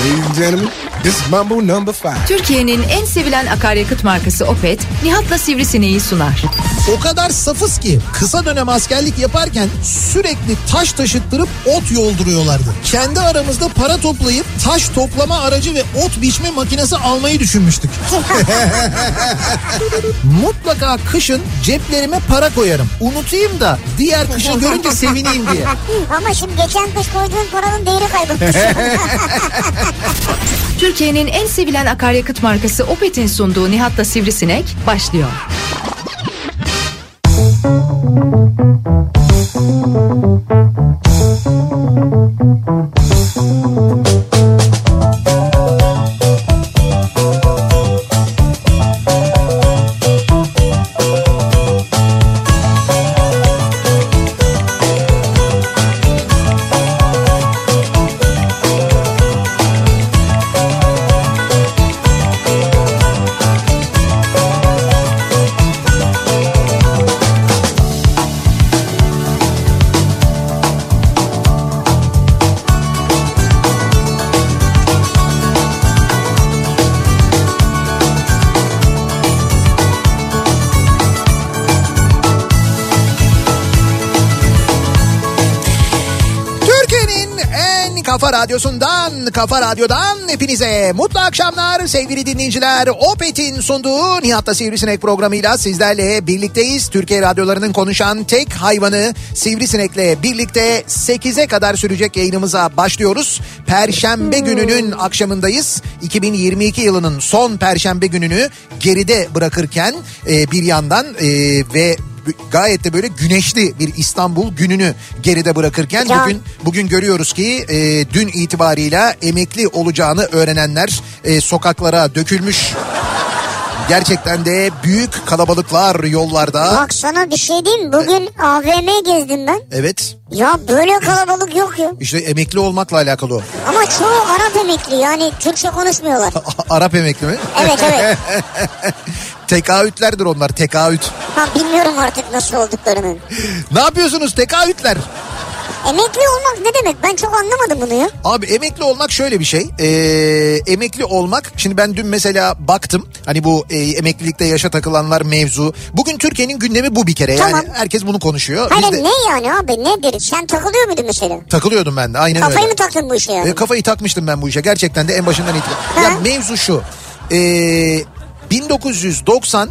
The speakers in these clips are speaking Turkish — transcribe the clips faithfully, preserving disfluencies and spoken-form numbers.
Ladies and gentlemen, this is Mambo number five. Türkiye'nin en sevilen akaryakıt markası Opet, Nihat'la Sivrisineği sunar. O kadar safız ki kısa dönem askerlik yaparken sürekli taş taşıttırıp ot yolduruyorlardı. Kendi aramızda para toplayıp taş toplama aracı ve ot biçme makinesi almayı düşünmüştük. Mutlaka kışın ceplerime para koyarım. Unutayım da diğer kışı görünce sevineyim diye. Ama şimdi geçen kış koyduğun paranın değeri kaybolmuş. Türkiye'nin en sevilen akaryakıt markası Opet'in sunduğu Nihat'la Sivrisinek başlıyor. Kafa Radyosu'ndan, Kafa Radyo'dan hepinize mutlu akşamlar sevgili dinleyiciler. Opet'in sunduğu Nihat'la Sivrisinek programıyla sizlerle birlikteyiz. Türkiye radyolarının konuşan tek hayvanı Sivrisinek'le birlikte sekize kadar sürecek yayınımıza başlıyoruz. Perşembe gününün akşamındayız. iki bin yirmi iki yılının son Perşembe gününü geride bırakırken e, bir yandan e, ve gayet de böyle güneşli bir İstanbul gününü geride bırakırken ya. bugün bugün görüyoruz ki e, dün itibarıyla emekli olacağını öğrenenler e, sokaklara dökülmüş. Gerçekten de büyük kalabalıklar yollarda. Bak sana bir şey diyeyim mi? Bugün A V M gezdim ben. Evet. Ya böyle kalabalık yok ya. İşte emekli olmakla alakalı o. Ama çoğu Arap emekli, yani Türkçe konuşmuyorlar. Arap emekli mi? Evet evet. Tekaütlerdir onlar, tekaüt. Ha, bilmiyorum artık nasıl olduklarını. Ne yapıyorsunuz tekaütler? Emekli olmak ne demek? Ben çok anlamadım bunu ya. Abi emekli olmak şöyle bir şey. Ee, emekli olmak, şimdi ben dün mesela baktım. Hani bu e, emeklilikte yaşa takılanlar mevzu. Bugün Türkiye'nin gündemi bu bir kere. Yani tamam. Herkes bunu konuşuyor. Hayır de... ne yani abi, nedir? Sen takılıyor muydun mesela? Takılıyordum ben de, aynen Kafayı öyle. Kafayı mı taktın bu işe yani? E, kafayı takmıştım ben bu işe gerçekten de en başından itibaren. Ya mevzu şu. Ee, bin dokuz yüz doksan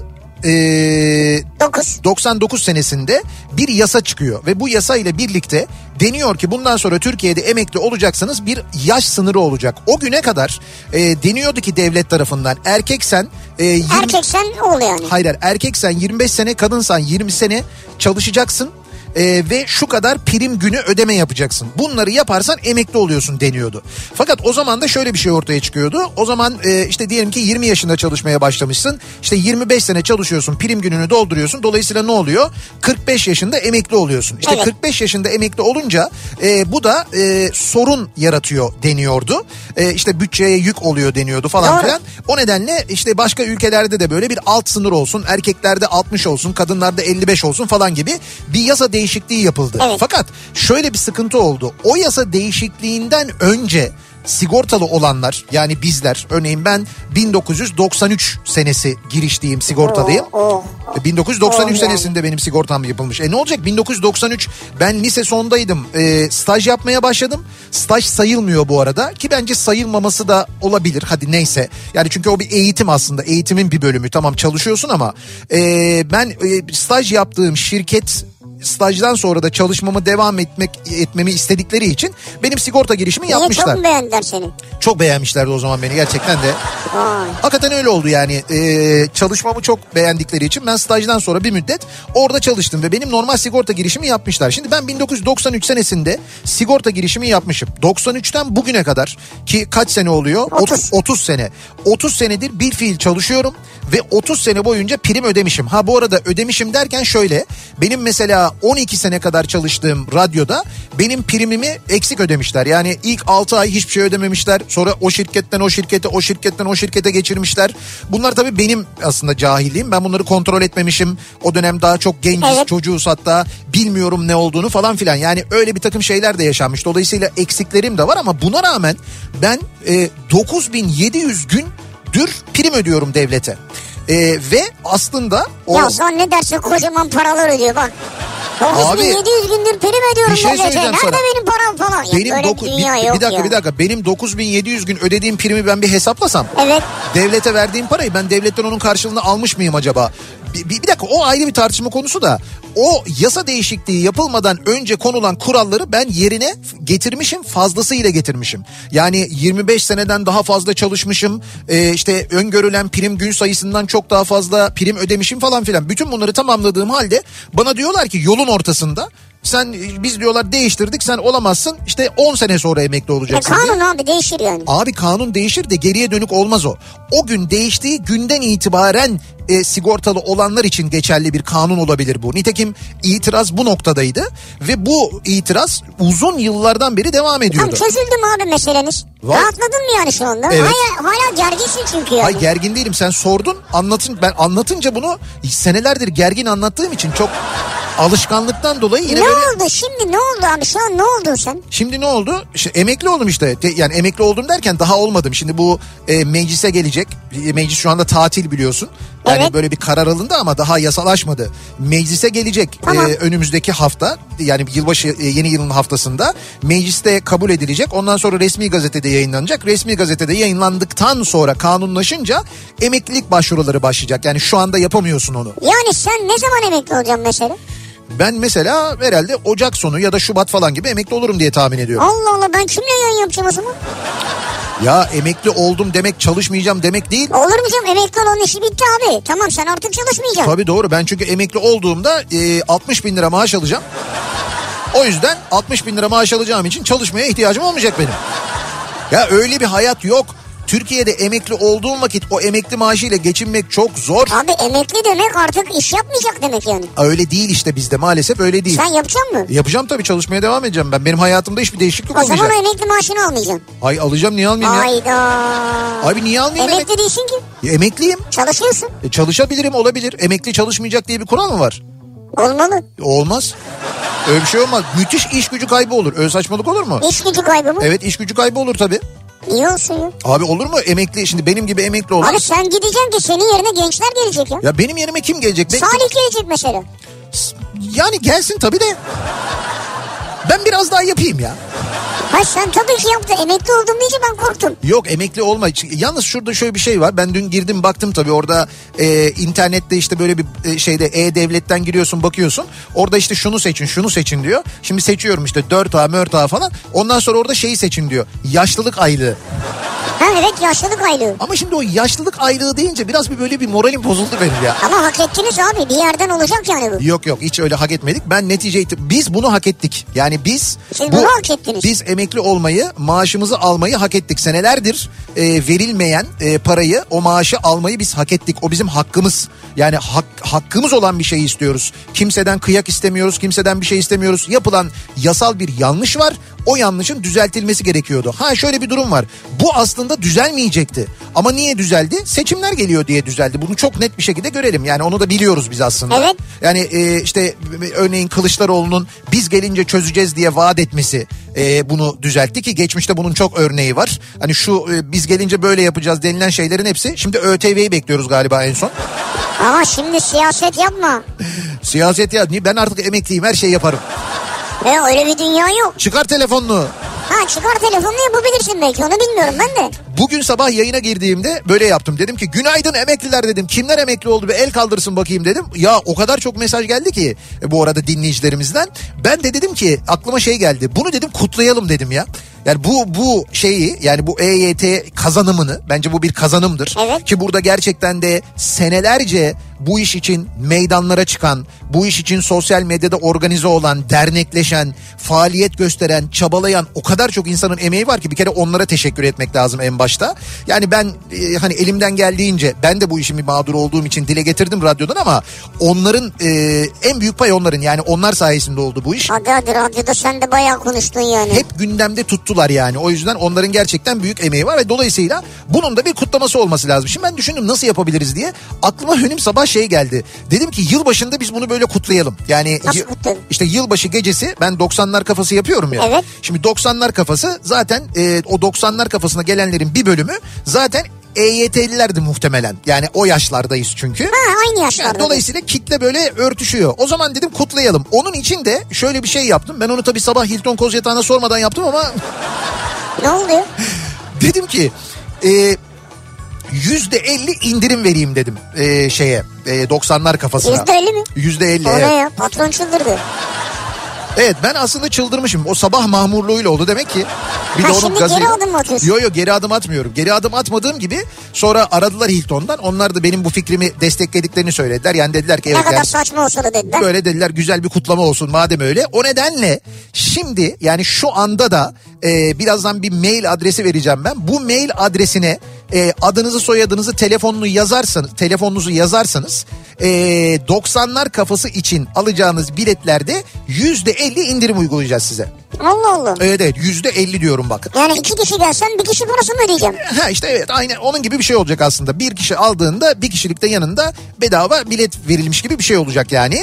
Ee, doksan dokuz senesinde bir yasa çıkıyor ve bu yasa ile birlikte deniyor ki bundan sonra Türkiye'de emekli olacaksanız bir yaş sınırı olacak. O güne kadar e, deniyordu ki devlet tarafından erkeksen e, yirmi... erkeksen ol yani. Hayır, erkeksen yirmi beş sene, kadınsan yirmi sene çalışacaksın. Ee, ve şu kadar prim günü ödeme yapacaksın. Bunları yaparsan emekli oluyorsun deniyordu. Fakat o zaman da şöyle bir şey ortaya çıkıyordu. O zaman e, işte diyelim ki yirmi yaşında çalışmaya başlamışsın. İşte yirmi beş sene çalışıyorsun, prim gününü dolduruyorsun. Dolayısıyla ne oluyor? kırk beş yaşında emekli oluyorsun. İşte evet. kırk beş yaşında emekli olunca e, bu da e, sorun yaratıyor deniyordu. E, işte bütçeye yük oluyor deniyordu falan Doğru. filan. O nedenle işte başka ülkelerde de böyle bir alt sınır olsun. Erkeklerde altmış olsun, kadınlarda elli beş olsun falan gibi bir yasa değişikliği yapıldı. Evet. Fakat şöyle bir sıkıntı oldu. O yasa değişikliğinden önce sigortalı olanlar, yani bizler, örneğin ben bin dokuz yüz doksan üç senesi girişliyim, sigortalıyım. Oh, oh. bin dokuz yüz doksan üç oh, senesinde yani. Benim sigortam yapılmış. E ne olacak? bin dokuz yüz doksan üç ben lise sondaydım. E, staj yapmaya başladım. Staj sayılmıyor bu arada ki bence sayılmaması da olabilir. Hadi neyse. Yani çünkü o bir eğitim aslında. Eğitimin bir bölümü. Tamam, çalışıyorsun ama e, ben e, staj yaptığım şirket stajdan sonra da çalışmamı devam etmek etmemi istedikleri için benim sigorta girişimi Niye yapmışlar. Çok mu beğendiler seni? Çok beğenmişlerdi o zaman beni gerçekten de. Vay. Hakikaten öyle oldu yani. Ee, çalışmamı çok beğendikleri için ben stajdan sonra bir müddet orada çalıştım ve benim normal sigorta girişimi yapmışlar. Şimdi ben bin dokuz yüz doksan üç senesinde sigorta girişimi yapmışım. doksan üçten bugüne kadar, ki kaç sene oluyor? otuz. otuz sene. otuz senedir bir fiil çalışıyorum ve otuz sene boyunca prim ödemişim. Ha bu arada ödemişim derken şöyle, benim mesela on iki sene kadar çalıştığım radyoda benim primimi eksik ödemişler. Yani ilk altı ay hiçbir şey ödememişler. Sonra o şirketten o şirkete, o şirketten o şirkete geçirmişler. Bunlar tabii benim aslında cahilliğim. Ben bunları kontrol etmemişim. O dönem daha çok genciz, evet. çocuğuz hatta, bilmiyorum ne olduğunu falan filan. Yani öyle bir takım şeyler de yaşanmış. Dolayısıyla eksiklerim de var ama buna rağmen ben e, dokuz bin yedi yüz gündür prim ödüyorum devlete. E, ve aslında o... Ya zannedersin kocaman paralar ödüyor bak. dokuz bin yedi yüz gündür prim ödüyorum şey devlete. Nerede sana. benim param falan? Ya Benim böyle doku, bir dünya bir, yok bir dakika ya. bir dakika. Benim dokuz bin yedi yüz gün ödediğim primi ben bir hesaplasam. Evet. Devlete verdiğim parayı ben devletten onun karşılığını almış mıyım acaba? Bir, bir, bir dakika, o ayrı bir tartışma konusu da. O yasa değişikliği yapılmadan önce konulan kuralları ben yerine getirmişim, fazlasıyla getirmişim. Yani yirmi beş seneden daha fazla çalışmışım. Ee, işte öngörülen prim gün sayısından çok daha fazla prim ödemişim falan filan. Bütün bunları tamamladığım halde bana diyorlar ki yolun ortasında sen, biz diyorlar değiştirdik, sen olamazsın, işte on sene sonra emekli olacaksın. E kanun diye. abi değişir yani. Abi kanun değişir de geriye dönük olmaz o. O gün değiştiği günden itibaren e, sigortalı olanlar için geçerli bir kanun olabilir bu. Nitekim itiraz bu noktadaydı ve bu itiraz uzun yıllardan beri devam ediyordu. Tamam, çözüldü mü abi meseleniz? Var. Rahatladın mı yani şu anda? Evet. Hala, hala gerginsin çünkü yani. Hayır, gergin değilim, sen sordun, anlatın, ben anlatınca bunu senelerdir gergin anlattığım için çok alışkanlıktan dolayı yine ne böyle... oldu şimdi, ne oldu abi, şu an ne oldun sen? Şimdi ne oldu? İşte emekli oldum işte. Yani emekli oldum derken daha olmadım. Şimdi bu e, meclise gelecek. E, meclis şu anda tatil biliyorsun. Yani evet. böyle bir karar alındı ama daha yasalaşmadı. Meclise gelecek tamam. e, önümüzdeki hafta. Yani yılbaşı e, yeni yılın haftasında mecliste kabul edilecek. Ondan sonra resmi gazetede yayınlanacak. Resmi gazetede yayınlandıktan sonra kanunlaşınca emeklilik başvuruları başlayacak. Yani şu anda yapamıyorsun onu. Yani sen ne zaman emekli olacaksın mesela? Ben mesela herhalde Ocak sonu ya da Şubat falan gibi emekli olurum diye tahmin ediyorum. Allah Allah, ben kimle yayın yapacağım o zaman? Ya emekli oldum demek çalışmayacağım demek değil. Olur mu canım, emekli olan işi bitti abi. Tamam, sen artık çalışmayacaksın. Tabii doğru, ben çünkü emekli olduğumda e, altmış bin lira maaş alacağım. O yüzden altmış bin lira maaş alacağım için çalışmaya ihtiyacım olmayacak benim. Ya öyle bir hayat yok. Türkiye'de emekli olduğum vakit o emekli maaşıyla geçinmek çok zor. Abi emekli demek artık iş yapmayacak demek yani. Öyle değil işte, bizde maalesef öyle değil. Sen yapacak mısın? Yapacağım tabii, çalışmaya devam edeceğim ben. Benim hayatımda hiçbir değişiklik o olmayacak. O zaman emekli maaşını almayacaksın. Ay alacağım, niye almayayım ya? Hayda. Abi niye almayayım? Emekli emek... değilsin ki. Ya, emekliyim. Çalışıyorsun. E, çalışabilirim, olabilir. Emekli çalışmayacak diye bir kural mı var? Olmalı. Olmaz. Öyle bir şey olmaz. Müthiş iş gücü kaybı olur. Öyle saçmalık olur mu? İş gücü kaybı mı? Evet, iş gücü kaybı olur tabii. İyi olsun ya. Abi olur mu? Emekli, şimdi benim gibi emekli olan. Abi sen gideceksin ki senin yerine gençler gelecek ya. Ya benim yerime kim gelecek? Ben... Salih gelecek mesela. Yani gelsin tabii de. Ben biraz daha yapayım ya. Hayır, sen tabii ki yaptın. Emekli oldum deyince ben korktum. Yok, emekli olma. Yalnız şurada şöyle bir şey var. Ben dün girdim baktım tabii orada e, internette işte böyle bir e, şeyde E-Devlet'ten giriyorsun, bakıyorsun. Orada işte şunu seçin şunu seçin diyor. Şimdi seçiyorum işte dört A mört A falan. Ondan sonra orada şeyi seçin diyor. Yaşlılık aylığı. Ha evet, yaşlılık aylığı. Ama şimdi o yaşlılık aylığı deyince biraz bir böyle bir moralim bozuldu benim ya. Ama hak ettiniz abi, bir yerden olacak yani bu. Yok yok, hiç öyle hak etmedik. Ben netice itib- biz bunu hak ettik. Yani biz Siz bu, bunu hak ettiniz. Biz emekli olmayı, maaşımızı almayı hak ettik. Senelerdir e, verilmeyen e, parayı, o maaşı almayı biz hak ettik. O bizim hakkımız. Yani hak, hakkımız olan bir şey istiyoruz. Kimseden kıyak istemiyoruz, kimseden bir şey istemiyoruz. Yapılan yasal bir yanlış var. O yanlışın düzeltilmesi gerekiyordu. Ha şöyle bir durum var. Bu aslında düzelmeyecekti. Ama niye düzeldi? Seçimler geliyor diye düzeldi. Bunu çok net bir şekilde görelim. Yani onu da biliyoruz biz aslında. Evet. Yani e, işte örneğin Kılıçdaroğlu'nun biz gelince çözeceğiz diye vaat etmesi e, bunu düzeltti ki geçmişte bunun çok örneği var. Hani şu e, biz gelince böyle yapacağız denilen şeylerin hepsi. Şimdi ÖTV'yi bekliyoruz galiba en son. Ama şimdi siyaset yapma. Siyaset ya, ben artık emekliyim, her şeyi yaparım. E öyle bir dünya yok. Çıkar telefonunu. Ha çıkar telefonunu, yapabilirsin belki, onu bilmiyorum ben de. Bugün sabah yayına girdiğimde böyle yaptım. Dedim ki günaydın emekliler dedim. Kimler emekli oldu bir el kaldırsın bakayım dedim. Ya o kadar çok mesaj geldi ki e, bu arada dinleyicilerimizden. Ben de dedim ki aklıma şey geldi. Bunu dedim kutlayalım dedim ya. Yani bu bu şeyi yani bu E Y T kazanımını bence bu bir kazanımdır. Evet. Ki burada gerçekten de senelerce bu iş için meydanlara çıkan, bu iş için sosyal medyada organize olan, dernekleşen, faaliyet gösteren, çabalayan o kadar çok insanın emeği var ki bir kere onlara teşekkür etmek lazım en başta. Yani ben e, hani elimden geldiğince ben de bu işin bir mağduru olduğum için dile getirdim radyodan ama onların e, en büyük pay onların, yani onlar sayesinde oldu bu iş. Hadi hadi radyoda sen de bayağı konuştun yani. Hep gündemde tuttular yani. O yüzden onların gerçekten büyük emeği var ve dolayısıyla bunun da bir kutlaması olması lazım. Şimdi ben düşündüm nasıl yapabiliriz diye. Aklıma benim sabah şey geldi. Dedim ki yılbaşında biz bunu böyle kutlayalım. Yani Nasıl kutlayalım? işte yılbaşı gecesi ben doksanlar kafası yapıyorum ya. Evet. Şimdi doksanlar kafası zaten e, o doksanlar kafasına gelenlerin bir bölümü zaten E Y T'lilerdi muhtemelen. Yani o yaşlardayız çünkü. Ha aynı yaşlarda. Yani dolayısıyla kitle böyle örtüşüyor. O zaman dedim kutlayalım. Onun için de şöyle bir şey yaptım. Ben onu tabii sabah Hilton Koz Yatağı'na sormadan yaptım ama... Ne oluyor? Dedim ki e, yüzde elli indirim vereyim dedim e, şeye e, doksanlar kafasına. yüzde elli mi? yüzde elli O evet. ne ya? Patron çıldırdı. Evet ben aslında çıldırmışım. O sabah mahmurluğuyla oldu demek ki. Bir Ha, de onun şimdi gazıyla... geri adım mı atıyorsun? Yok yok geri adım atmıyorum. Geri adım atmadığım gibi sonra aradılar Hilton'dan. Onlar da benim bu fikrimi desteklediklerini söylediler. Yani dediler ki Ne evet. kadar Yani, saçma olsa da dediler. böyle dediler güzel bir kutlama olsun madem öyle. O nedenle şimdi yani şu anda da e, birazdan bir mail adresi vereceğim ben. Bu mail adresine e, adınızı soyadınızı telefonunu yazarsanız telefonunuzu yazarsanız e, doksanlar kafası için alacağınız biletlerde yüzde elli indirim uygulayacağız size. Allah Allah. Evet evet yüzde elli diyorum bak. Yani iki kişi gelsen bir kişi parasını ödeyeceğim. Ha işte evet aynen onun gibi bir şey olacak aslında. Bir kişi aldığında bir kişilik de yanında bedava bilet verilmiş gibi bir şey olacak yani.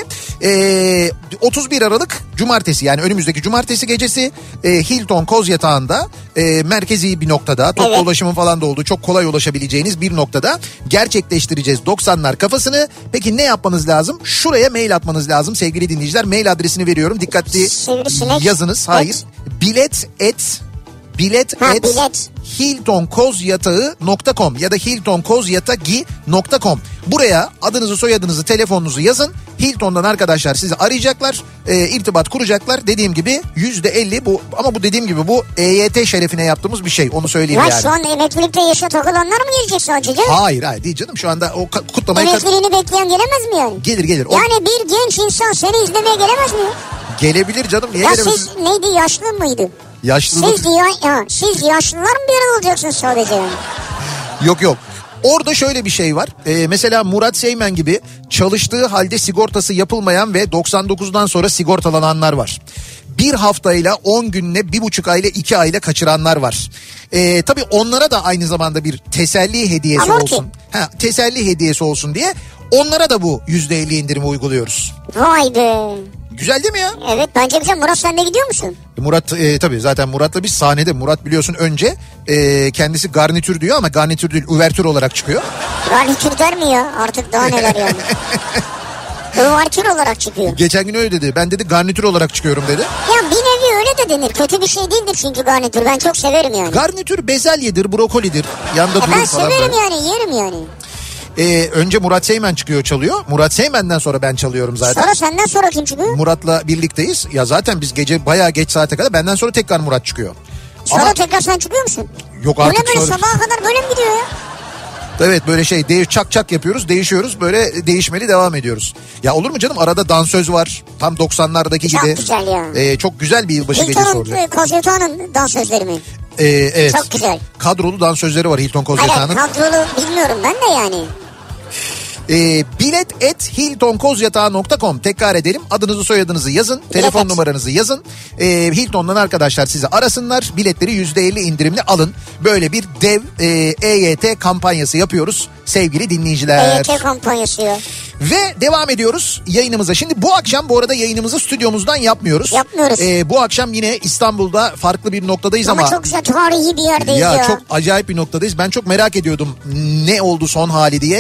Ee, otuz bir Aralık Cumartesi yani önümüzdeki Cumartesi gecesi e, Hilton Koz Yatağı'nda e, merkezi bir noktada toplu Evet. ulaşımın falan da olduğu çok kolay ulaşabileceğiniz bir noktada gerçekleştireceğiz doksanlar kafasını. Peki ne yapmanız lazım? Şuraya mail atmanız lazım sevgili dinleyiciler. Mail adresini veriyorum. Dikkatli Sivrisinek. yazınız. Hayır. Et. Bilet et bilet Ha, et bilet. hilton koz yatağı nokta com ya da hilton koz yatagi nokta com. Buraya adınızı soyadınızı telefonunuzu yazın. Hilton'dan arkadaşlar sizi arayacaklar, e, irtibat kuracaklar. Dediğim gibi yüzde elli bu ama bu dediğim gibi bu E Y T şerefine yaptığımız bir şey. Onu söyleyeyim Ya yani. şu an emeklilikte yaşa takılanlar mı gelecek sadece? Hayır hayır değil canım şu anda o ka- kutlamaya kat- Emekliliğini bekleyen gelemez mi yani? gelir gelir. O Yani bir genç insan seni izlemeye gelemez mi? gelebilir canım niye Ya gelemez? siz neydi yaşlı mıydı? Yaşlılık Siz, ya, ya, siz yaşlılar mı bir arada olacaksınız sadece yani? yok yok. Orada şöyle bir şey var. Ee, mesela Murat Seymen gibi çalıştığı halde sigortası yapılmayan ve doksan dokuzdan sonra sigortalananlar var. Bir haftayla on günle bir buçuk ayla iki ayla kaçıranlar var. Ee, tabii onlara da aynı zamanda bir teselli hediyesi Amorti. olsun. Ha, teselli hediyesi olsun diye onlara da bu yüzde elli indirimi uyguluyoruz. Vay be. Güzel değil mi ya? Evet bence güzel. Murat sen de gidiyor musun? Murat e, tabii zaten Murat'la biz sahnede. Murat biliyorsun önce e, kendisi garnitür diyor ama garnitür değil uvertür olarak çıkıyor. Garnitür der mi ya? Artık daha neler yani. Uvertür olarak çıkıyor. Geçen gün öyle dedi. Ben dedi garnitür olarak çıkıyorum dedi. Ya bir nevi öyle de denir. Kötü bir şey değildir çünkü garnitür. Ben çok severim yani. Garnitür bezelyedir, brokolidir. Yanında E durur ben falan severim böyle. yani yerim yani. Ee, önce Murat Seymen çıkıyor çalıyor. Murat Seymen'den sonra ben çalıyorum zaten. Sonra senden sonra kim çıkıyor? Murat'la birlikteyiz. Ya zaten biz gece bayağı geç saate kadar benden sonra tekrar Murat çıkıyor. Sonra Ama tekrar sen çıkıyor musun? yok Bu ne artık böyle sonra. sabaha kadar böyle mi gidiyor ya? Evet böyle şey değiş çak çak yapıyoruz değişiyoruz böyle değişmeli devam ediyoruz. Ya olur mu canım arada dansöz var tam doksanlardaki Çok gibi. güzel ya. Ee, çok güzel bir yılbaşı gecesi Hilton'un, olacak. e, Koz Yatağı'nın dansözleri mi? Ee, evet. Çok güzel. Kadrolu dansözleri var Hilton Koz Hayır Yatağı'nın. kadrolu bilmiyorum ben de yani. E, bilet et hilton koz yatağı nokta com tekrar edelim adınızı soyadınızı yazın telefon Evet. numaranızı yazın e, Hilton'dan arkadaşlar sizi arasınlar biletleri yüzde elli indirimli alın böyle bir dev e, E Y T kampanyası yapıyoruz sevgili dinleyiciler. E Y T kampanyası ya. Ve devam ediyoruz yayınımıza. Şimdi bu akşam bu arada yayınımızı stüdyomuzdan yapmıyoruz. Yapmıyoruz. E, bu akşam yine İstanbul'da farklı bir noktadayız Ama, ama. çok güzel tarihi bir yerdeyiz ya. Ya çok acayip bir noktadayız. Ben çok merak ediyordum ne oldu son hali diye.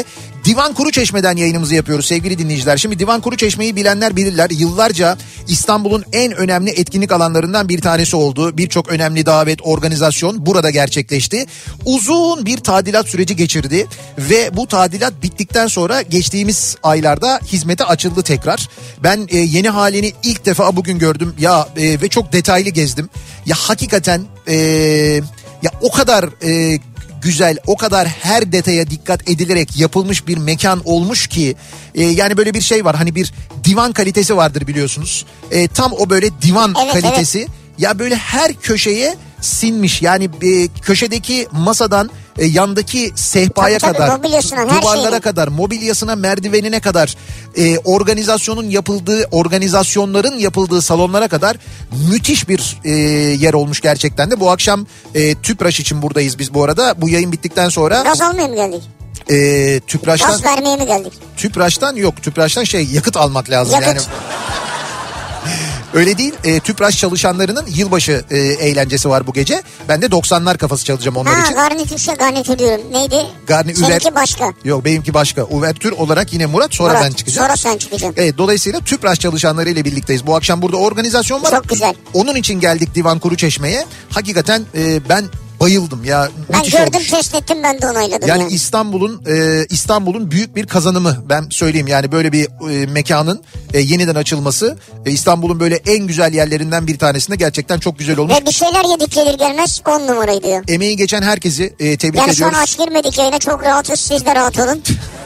Divan Kuruçeşme'den yayınımızı yapıyoruz sevgili dinleyiciler. Şimdi Divan Kuruçeşme'yi bilenler bilirler. Yıllarca İstanbul'un en önemli etkinlik alanlarından bir tanesi oldu. Birçok önemli davet, organizasyon burada gerçekleşti. Uzun bir tadilat süreci geçirdi ve bu tadilat bittikten sonra geçtiğimiz aylarda hizmete açıldı tekrar. Ben e, yeni halini ilk defa bugün gördüm ya e, ve çok detaylı gezdim. Ya hakikaten e, ya o kadar e, güzel, o kadar her detaya dikkat edilerek yapılmış bir mekan olmuş ki e, yani böyle bir şey var, hani bir divan kalitesi vardır biliyorsunuz. E, tam o böyle divan evet, kalitesi evet. Ya böyle her köşeye sinmiş yani e, köşedeki masadan e, yandaki sehpaya tabii, kadar, tabii, duvarlara şeyine. kadar, mobilyasına, merdivenine kadar, e, organizasyonun yapıldığı, organizasyonların yapıldığı salonlara kadar müthiş bir e, yer olmuş gerçekten de. Bu akşam e, Tüpraş için buradayız biz bu arada. Bu yayın bittikten sonra. Gaz almaya mı geldik? E, Tüpraş'tan. Gaz vermeye mi geldik? Tüpraş'tan yok, Tüpraş'tan şey yakıt almak lazım yakıt. yani. Öyle değil. E, Tüpraş çalışanlarının yılbaşı e, eğlencesi var bu gece. Ben de doksanlar kafası çalacağım onlar ha, için. Garnitürse garnitür diyorum. Neydi? Garni, Seninki üver... başka. Yok benimki başka. Uvertür olarak yine Murat, sonra Murat, ben çıkacağım. Sonra sen çıkacaksın. Evet, dolayısıyla Tüpraş çalışanları ile birlikteyiz. Bu akşam burada organizasyon var. Çok güzel. Onun için geldik Divan Kuruçeşme'ye. Hakikaten e, ben bayıldım ya. Ben Müthiş gördüm, olmuş. test ettim, ben de onayladım. Yani, yani. İstanbul'un e, İstanbul'un büyük bir kazanımı, ben söyleyeyim yani böyle bir e, mekanın e, yeniden açılması e, İstanbul'un böyle en güzel yerlerinden bir tanesinde gerçekten çok güzel olmuş. Ve bir şeyler yedik gelir gelmez on numaraydı diyor. Emeği geçen herkesi e, tebrik yani ediyoruz. Yani sonra aç girmedik yayına, çok rahatız, siz de rahat olun.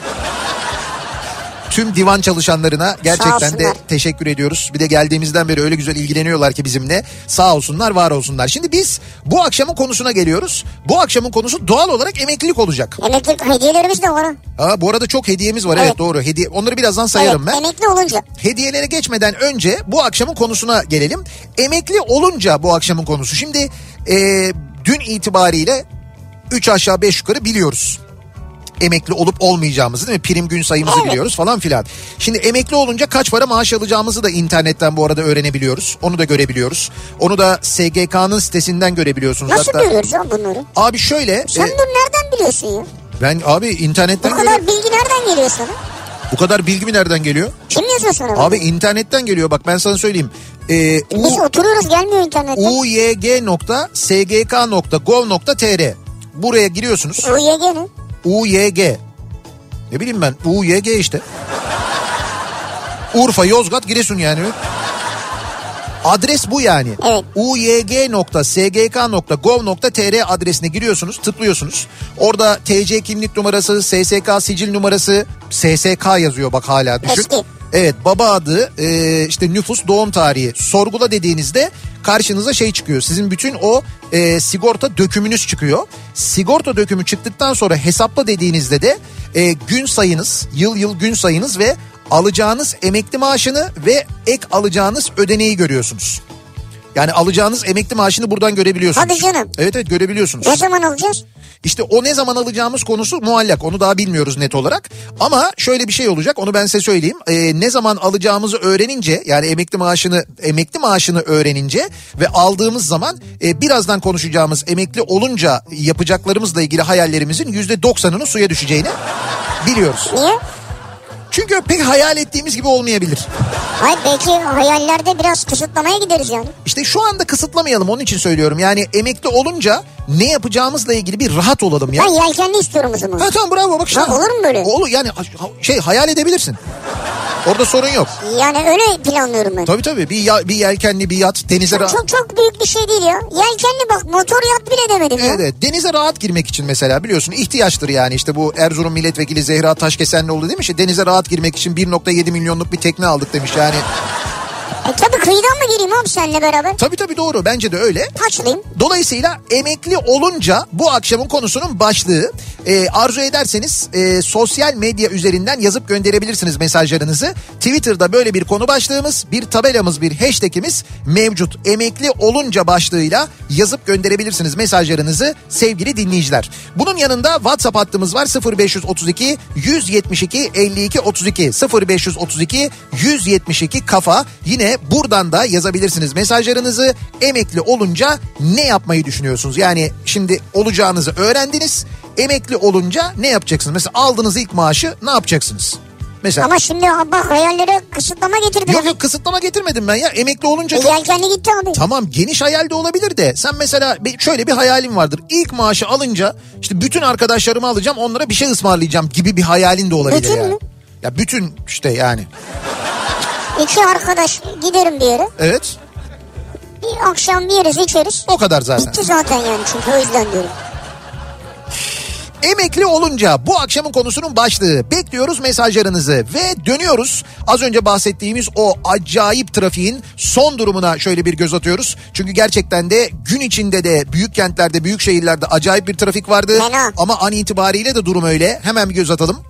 Tüm divan çalışanlarına gerçekten de olsunlar. teşekkür ediyoruz. Bir de geldiğimizden beri öyle güzel ilgileniyorlar ki bizimle. Sağ olsunlar, var olsunlar. Şimdi biz bu akşamın konusuna geliyoruz. Bu akşamın konusu doğal olarak emeklilik olacak. Emeklilik hediyelerimiz de var. Aa, bu arada çok hediyemiz var, evet, Evet. doğru. Hediye, onları birazdan sayarım Evet, ben. emekli olunca. Hediyelere geçmeden önce bu akşamın konusuna gelelim. Emekli olunca bu akşamın konusu. Şimdi e, dün itibariyle üç aşağı beş yukarı biliyoruz emekli olup olmayacağımızı, değil mi? Prim gün sayımızı evet. biliyoruz falan filan. Şimdi emekli olunca kaç para maaş alacağımızı da internetten bu arada öğrenebiliyoruz. Onu da görebiliyoruz. Onu da S G K'nın sitesinden görebiliyorsunuz. Nasıl Hatta, görüyoruz ya bunları? abi şöyle. Sen e, dur, nereden biliyorsun ya? Ben abi internetten Bu kadar göre... bilgi nereden geliyor sana? Bu kadar bilgi mi nereden geliyor? Kim yazıyor sana? Abi bunu? internetten geliyor, bak ben sana söyleyeyim. Ee, Biz U... oturuyoruz, gelmiyor internetten. u y g nokta s g k nokta gov nokta t r buraya giriyorsunuz. U Y G ne? U Y G. Ne bileyim ben, U Y G işte. Urfa, Yozgat, Giresun yani. Adres bu yani. Evet. u y g nokta s g k nokta gov nokta t r adresine giriyorsunuz, tıklıyorsunuz. Orada T C kimlik numarası, S S K sicil numarası, S S K yazıyor bak hala, düşün. Eski. Evet, baba adı, e, işte nüfus, doğum tarihi, sorgula dediğinizde karşınıza şey çıkıyor. Sizin bütün o e, sigorta dökümünüz çıkıyor. Sigorta dökümü çıktıktan sonra hesapla dediğinizde de e, gün sayınız, yıl yıl gün sayınız ve alacağınız emekli maaşını ve ek alacağınız ödeneği görüyorsunuz. Yani alacağınız emekli maaşını buradan görebiliyorsunuz. Hadi canım. Evet evet, görebiliyorsunuz. Ne zaman alacağız? İşte o ne zaman alacağımız konusu muallak. Onu daha bilmiyoruz net olarak. Ama şöyle bir şey olacak, onu ben size söyleyeyim. Ee, ne zaman alacağımızı öğrenince, yani emekli maaşını emekli maaşını öğrenince ve aldığımız zaman e, birazdan konuşacağımız emekli olunca yapacaklarımızla ilgili hayallerimizin yüzde doksanının suya düşeceğini biliyoruz. Niye? Çünkü pek hayal ettiğimiz gibi olmayabilir. Hayır, belki hayallerde biraz kısıtlamaya gideriz yani. İşte şu anda kısıtlamayalım, onun için söylüyorum. Yani emekli olunca ne yapacağımızla ilgili bir rahat olalım ya. Ben yelkenli istiyorum o zaman. Ha tamam, bravo, bak işte. Ha, olur mu böyle? Olur yani, şey hayal edebilirsin. Orada sorun yok. Yani öyle planlıyorum ben. Tabii tabii, bir, ya, bir yelkenli, bir yat, denize Çok, rahat. çok çok büyük bir şey değil ya. Yelkenli bak, motor yat bile demedim ya. Evet, evet, denize rahat girmek için mesela, biliyorsun ihtiyaçtır yani. İşte bu Erzurum milletvekili Zehra Taşkesenlioğlu demiş ya, denize rahat girmek için bir nokta yedi milyonluk bir tekne aldık demiş yani. E tabii, kıyıdan mı gireyim abi seninle beraber? Tabii tabii, doğru, bence de öyle. Taçlayayım. Dolayısıyla emekli olunca bu akşamın konusunun başlığı. Ee, arzu ederseniz e, sosyal medya üzerinden yazıp gönderebilirsiniz mesajlarınızı. Twitter'da böyle bir konu başlığımız, bir tabelamız, bir hashtagimiz mevcut. Emekli olunca başlığıyla yazıp gönderebilirsiniz mesajlarınızı sevgili dinleyiciler. Bunun yanında WhatsApp hattımız var, sıfır beş otuz iki yüz yetmiş iki elli iki otuz iki sıfır beş otuz iki yüz yetmiş iki kafa. Yine buradan da yazabilirsiniz mesajlarınızı. Emekli olunca ne yapmayı düşünüyorsunuz? Yani şimdi olacağınızı öğrendiniz. Emekli olunca ne yapacaksınız? Mesela aldığınız ilk maaşı ne yapacaksınız? Mesela. Ama şimdi bak hayallere kısıtlama getirdiler. Yok yok kısıtlama getirmedim ben ya. Emekli olunca... E, yelkenli gitti abi. Tamam, geniş hayal de olabilir de sen mesela şöyle bir hayalin vardır. İlk maaşı alınca işte bütün arkadaşlarımı alacağım, onlara bir şey ısmarlayacağım gibi bir hayalin de olabilir. Bütün yani. mü? Ya bütün işte yani. İki arkadaş giderim bir yere. Evet. Bir akşam bir yeriz içeriz. O kadar zaten. Bitti zaten yani, çünkü o yüzden diyorum. Emekli olunca bu akşamın konusunun başlığı. Bekliyoruz mesajlarınızı ve dönüyoruz. Az önce bahsettiğimiz o acayip trafiğin son durumuna şöyle bir göz atıyoruz. Çünkü gerçekten de gün içinde de büyük kentlerde, büyük şehirlerde acayip bir trafik vardı. Fena. Ama an itibariyle de durum öyle. Hemen bir göz atalım.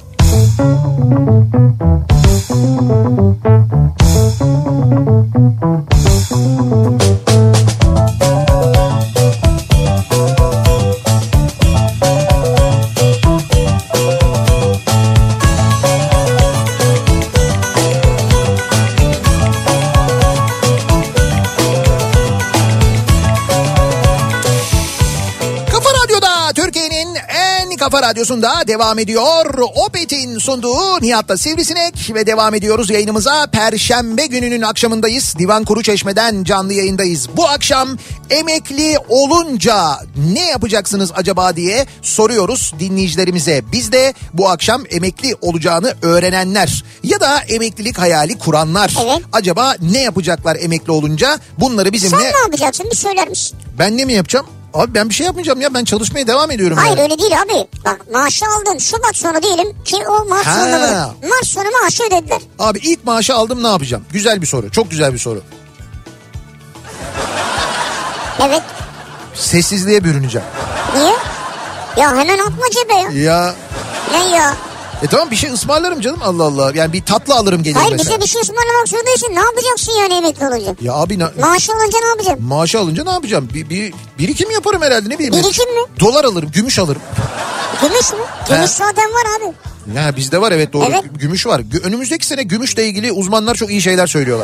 Kafa Radyosu'nda devam ediyor. Opet'in sunduğu Nihat'la Sivrisinek ve devam ediyoruz yayınımıza. Perşembe gününün akşamındayız. Divan Kuruçeşme'den canlı yayındayız. Bu akşam emekli olunca ne yapacaksınız acaba diye soruyoruz dinleyicilerimize. Biz de bu akşam emekli olacağını öğrenenler ya da emeklilik hayali kuranlar. Evet. Acaba ne yapacaklar emekli olunca? Bunları bizimle... Sen ne yapacaksın, bir söyler misin? Ben ne mi yapacağım? Abi ben bir şey yapmayacağım ya, ben çalışmaya devam ediyorum. Hayır yani. Öyle değil abi. Bak maaşı aldın Şubat sonu diyelim ki o Mart Ha. sonunda bulur. Mart sonu maaşı ödediler. Abi ilk maaşı aldım, ne yapacağım? Güzel bir soru, çok güzel bir soru. Evet. Sessizliğe bürüneceğim. Niye? Ya hemen atma cebe ya. Ya. Ne ya? E tamam, bir şey ısmarlarım canım, Allah Allah. Yani bir tatlı alırım gelir Hayır, mesela. bize bir şey ısmarlamak zorunda değilsin. Ne yapacaksın yani emekli olunca? Ya abi na- Maaşı alınca ne yapacaksın? maaşı alınca ne yapacağım? Bir, bir birikim yaparım herhalde, ne bileyim. Birikim mi? Dolar alırım, gümüş alırım. Gümüş mü? Gümüş He. zaten var abi. Ya bizde var, evet doğru. Evet. Gümüş var. Gü- Önümüzdeki sene gümüşle ilgili uzmanlar çok iyi şeyler söylüyorlar.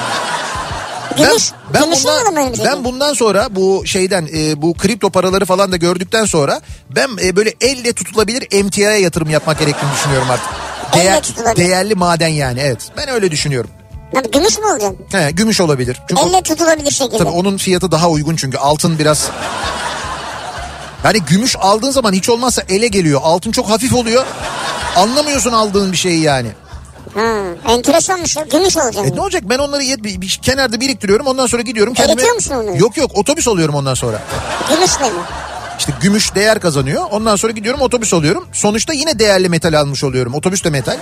Gümüş. Ben, ben, Gümüş bundan, alalım önümüzdeki. ben bundan sonra bu şeyden e, bu kripto paraları falan da gördükten sonra ben e, böyle elle tutulabilir emtiaya yatırım yapmak gerektiğini düşünüyorum artık. Elle Değer, tutulabilir. değerli maden yani, evet. Ben öyle düşünüyorum. Abi gümüş mü olacaksın? He, gümüş olabilir. Çünkü Elle tutulabilir şekilde. tabii onun fiyatı daha uygun, çünkü altın biraz... Yani gümüş aldığın zaman hiç olmazsa ele geliyor. Altın çok hafif oluyor. Anlamıyorsun aldığın bir şeyi yani. Ha, enteresanmış ya. Gümüş olacaksın. E ne olacak, ben onları yet, bir, bir kenarda biriktiriyorum, ondan sonra gidiyorum kendime... Eritiyor musun onu? Yok yok, otobüs alıyorum ondan sonra. Gümüşle mi? İşte gümüş değer kazanıyor, ondan sonra gidiyorum otobüs alıyorum. Sonuçta yine değerli metal almış oluyorum, otobüs de metal.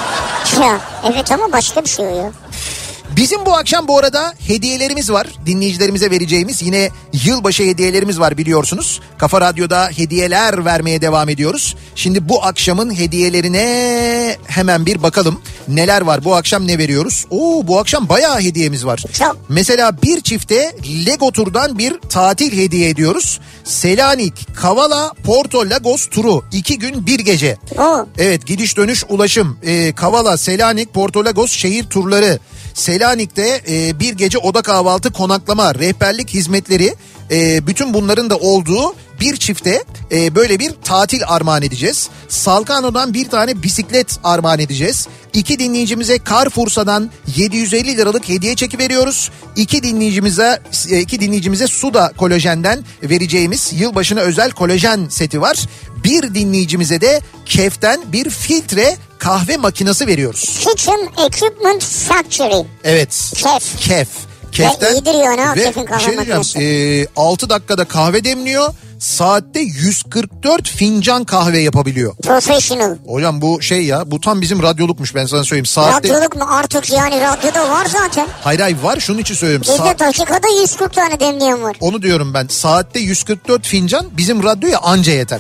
Ya evet, ama başka bir şey o ya. Bizim bu akşam bu arada hediyelerimiz var. Dinleyicilerimize vereceğimiz yine yılbaşı hediyelerimiz var, biliyorsunuz. Kafa Radyo'da hediyeler vermeye devam ediyoruz. Şimdi bu akşamın hediyelerine hemen bir bakalım. Neler var bu akşam, ne veriyoruz? Oo, bu akşam bayağı hediyemiz var. Çok. Mesela bir çifte Lego Tur'dan bir tatil hediye ediyoruz. Selanik, Kavala, Porto Lagos turu. iki gün bir gece. Oo. Evet, gidiş dönüş ulaşım. Ee, Kavala, Selanik, Porto Lagos şehir turları. Selanik'te e, bir gece oda kahvaltı, konaklama, rehberlik hizmetleri, e, bütün bunların da olduğu bir çifte e, böyle bir tatil armağan edeceğiz. Salkano'dan bir tane bisiklet armağan edeceğiz. İki dinleyicimize Carrefour'dan yedi yüz elli liralık hediye çeki veriyoruz. İki dinleyicimize e, iki dinleyicimize Suda Kolajen'den vereceğimiz yılbaşına özel kolajen seti var. Bir dinleyicimize de Kef'ten bir filtre kahve makinesi veriyoruz. Kitchen Equipment Factory. Evet. Kef. Kef. Ya iyidir yani ha, ve Kef'in bir kahve şey diyeceğim, makinesi. e, altı dakikada kahve demliyor. Saatte yüz kırk dört fincan kahve yapabiliyor. Professional. Hocam bu şey ya, bu tam bizim radyolukmuş, ben sana söyleyeyim. Saatte... Radyoluk mu artık, yani radyoda var zaten. Hayır hayır var, şunun için söylüyorum. Bizde Sa- dakikada yüz kırk tane demleyen var. Onu diyorum ben, saatte yüz kırk dört fincan bizim radyoya anca yeter.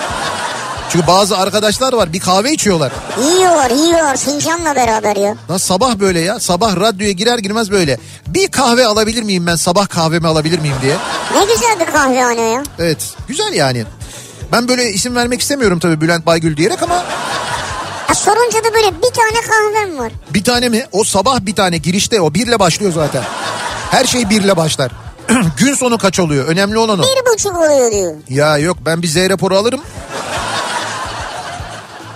Çünkü bazı arkadaşlar var, bir kahve içiyorlar. Yiyorlar yiyorlar fincanla beraber ya. Lan sabah böyle ya, sabah radyoya girer girmez böyle. Bir kahve alabilir miyim ben, sabah kahvemi alabilir miyim diye. Ne güzel bir kahvehane ya. Evet, güzel yani. Ben böyle isim vermek istemiyorum tabii Bülent Baygül diyerek ama... Ya sorunca da böyle bir tane kahvem var. Bir tane mi? O sabah bir tane girişte, o birle başlıyor zaten. Her şey birle başlar. Gün sonu kaç oluyor? Önemli olan o. Bir buçuk oluyor diyor. Ya yok, ben bir Z raporu alırım.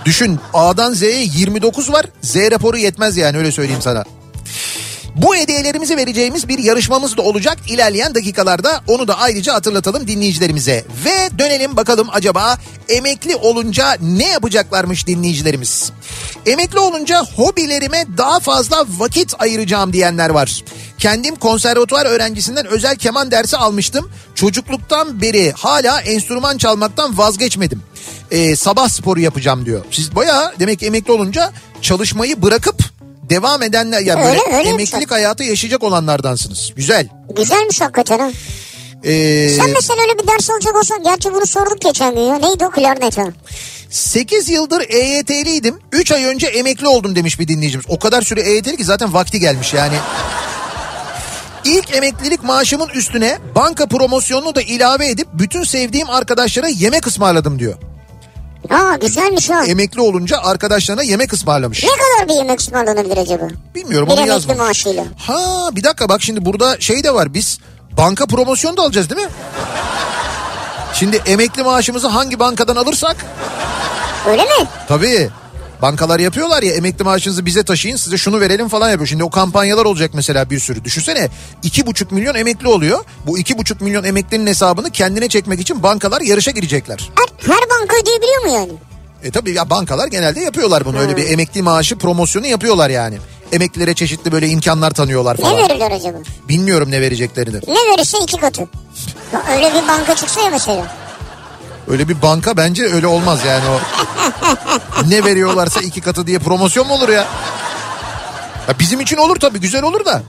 Düşün, A'dan Z'ye yirmi dokuz var. Z raporu yetmez yani, öyle söyleyeyim sana. Bu hediyelerimizi vereceğimiz bir yarışmamız da olacak ilerleyen dakikalarda. Onu da ayrıca hatırlatalım dinleyicilerimize. Ve dönelim bakalım, acaba emekli olunca ne yapacaklarmış dinleyicilerimiz? Emekli olunca hobilerime daha fazla vakit ayıracağım diyenler var. Kendim konservatuvar öğrencisinden özel keman dersi almıştım. Çocukluktan beri hala enstrüman çalmaktan vazgeçmedim. Ee, sabah sporu yapacağım diyor. Siz bayağı demek ki emekli olunca çalışmayı bırakıp devam edenler, yani öyle, böyle öyle emeklilik yapacak. hayatı yaşayacak olanlardansınız. Güzel. Güzelmiş hakikaten ha. Ee, Sen mesela öyle bir ders alacak olsan, gerçi bunu sorduk geçen gün ya. Neydi o, klarnet ha? sekiz yıldır E Y T'liydim. üç ay önce emekli oldum demiş bir dinleyicimiz. O kadar süre E Y T'li ki zaten vakti gelmiş yani. İlk emeklilik maaşımın üstüne banka promosyonunu da ilave edip bütün sevdiğim arkadaşlara yemek ısmarladım diyor. Aa, güzelmiş ha. Emekli olunca arkadaşlarına yemek ısmarlamış. Ne kadar bir yemek ısmarlanabilir acaba? Bilmiyorum, bir onu emekli yazmamış. maaşıyla. Ha bir dakika, bak şimdi burada şey de var, biz banka promosyonu da alacağız değil mi? Şimdi emekli maaşımızı hangi bankadan alırsak? Öyle mi? Tabii. Bankalar yapıyorlar ya, emekli maaşınızı bize taşıyın, size şunu verelim falan yapıyor. Şimdi o kampanyalar olacak mesela bir sürü. Düşünsene, iki buçuk milyon emekli oluyor. Bu iki buçuk milyon emeklinin hesabını kendine çekmek için bankalar yarışa girecekler. Her, her banka ödeyebiliyor mu yani? E tabii ya, bankalar genelde yapıyorlar bunu. Hmm. Öyle bir emekli maaşı promosyonu yapıyorlar yani. Emeklilere çeşitli böyle imkanlar tanıyorlar falan. Ne verirler acaba? Bilmiyorum ne vereceklerini. Ne verirse iki katı. Öyle bir banka çıksa ya mesela. Öyle bir banka bence öyle olmaz yani o. Ne veriyorlarsa iki katı diye promosyon mu olur ya? Ya bizim için olur tabii, güzel olur da.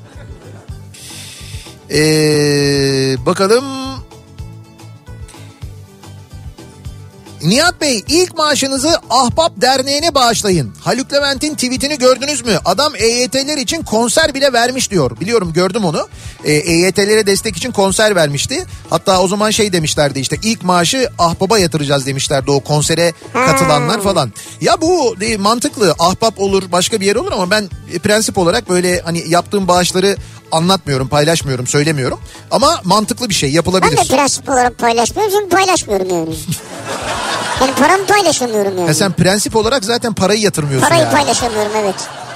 Ee, bakalım. Nihat Bey, ilk maaşınızı Ahbap Derneği'ne bağışlayın. Haluk Levent'in tweetini gördünüz mü? Adam E Y T'ler için konser bile vermiş diyor. Biliyorum, gördüm onu. E, E Y T'lere destek için konser vermişti. Hatta o zaman şey demişlerdi, işte ilk maaşı Ahbap'a yatıracağız demişlerdi o konsere katılanlar falan. Ya bu e, mantıklı, Ahbap olur, başka bir yer olur ama ben e, prensip olarak böyle hani yaptığım bağışları anlatmıyorum, paylaşmıyorum, söylemiyorum. Ama mantıklı bir şey, yapılabilir. Ben de prensip olarak paylaşmıyorum, çünkü paylaşmıyorum yani. Yani paramı paylaşamıyorum yani. Ya sen prensip olarak zaten parayı yatırmıyorsun Parayı yani. paylaşamıyorum, evet.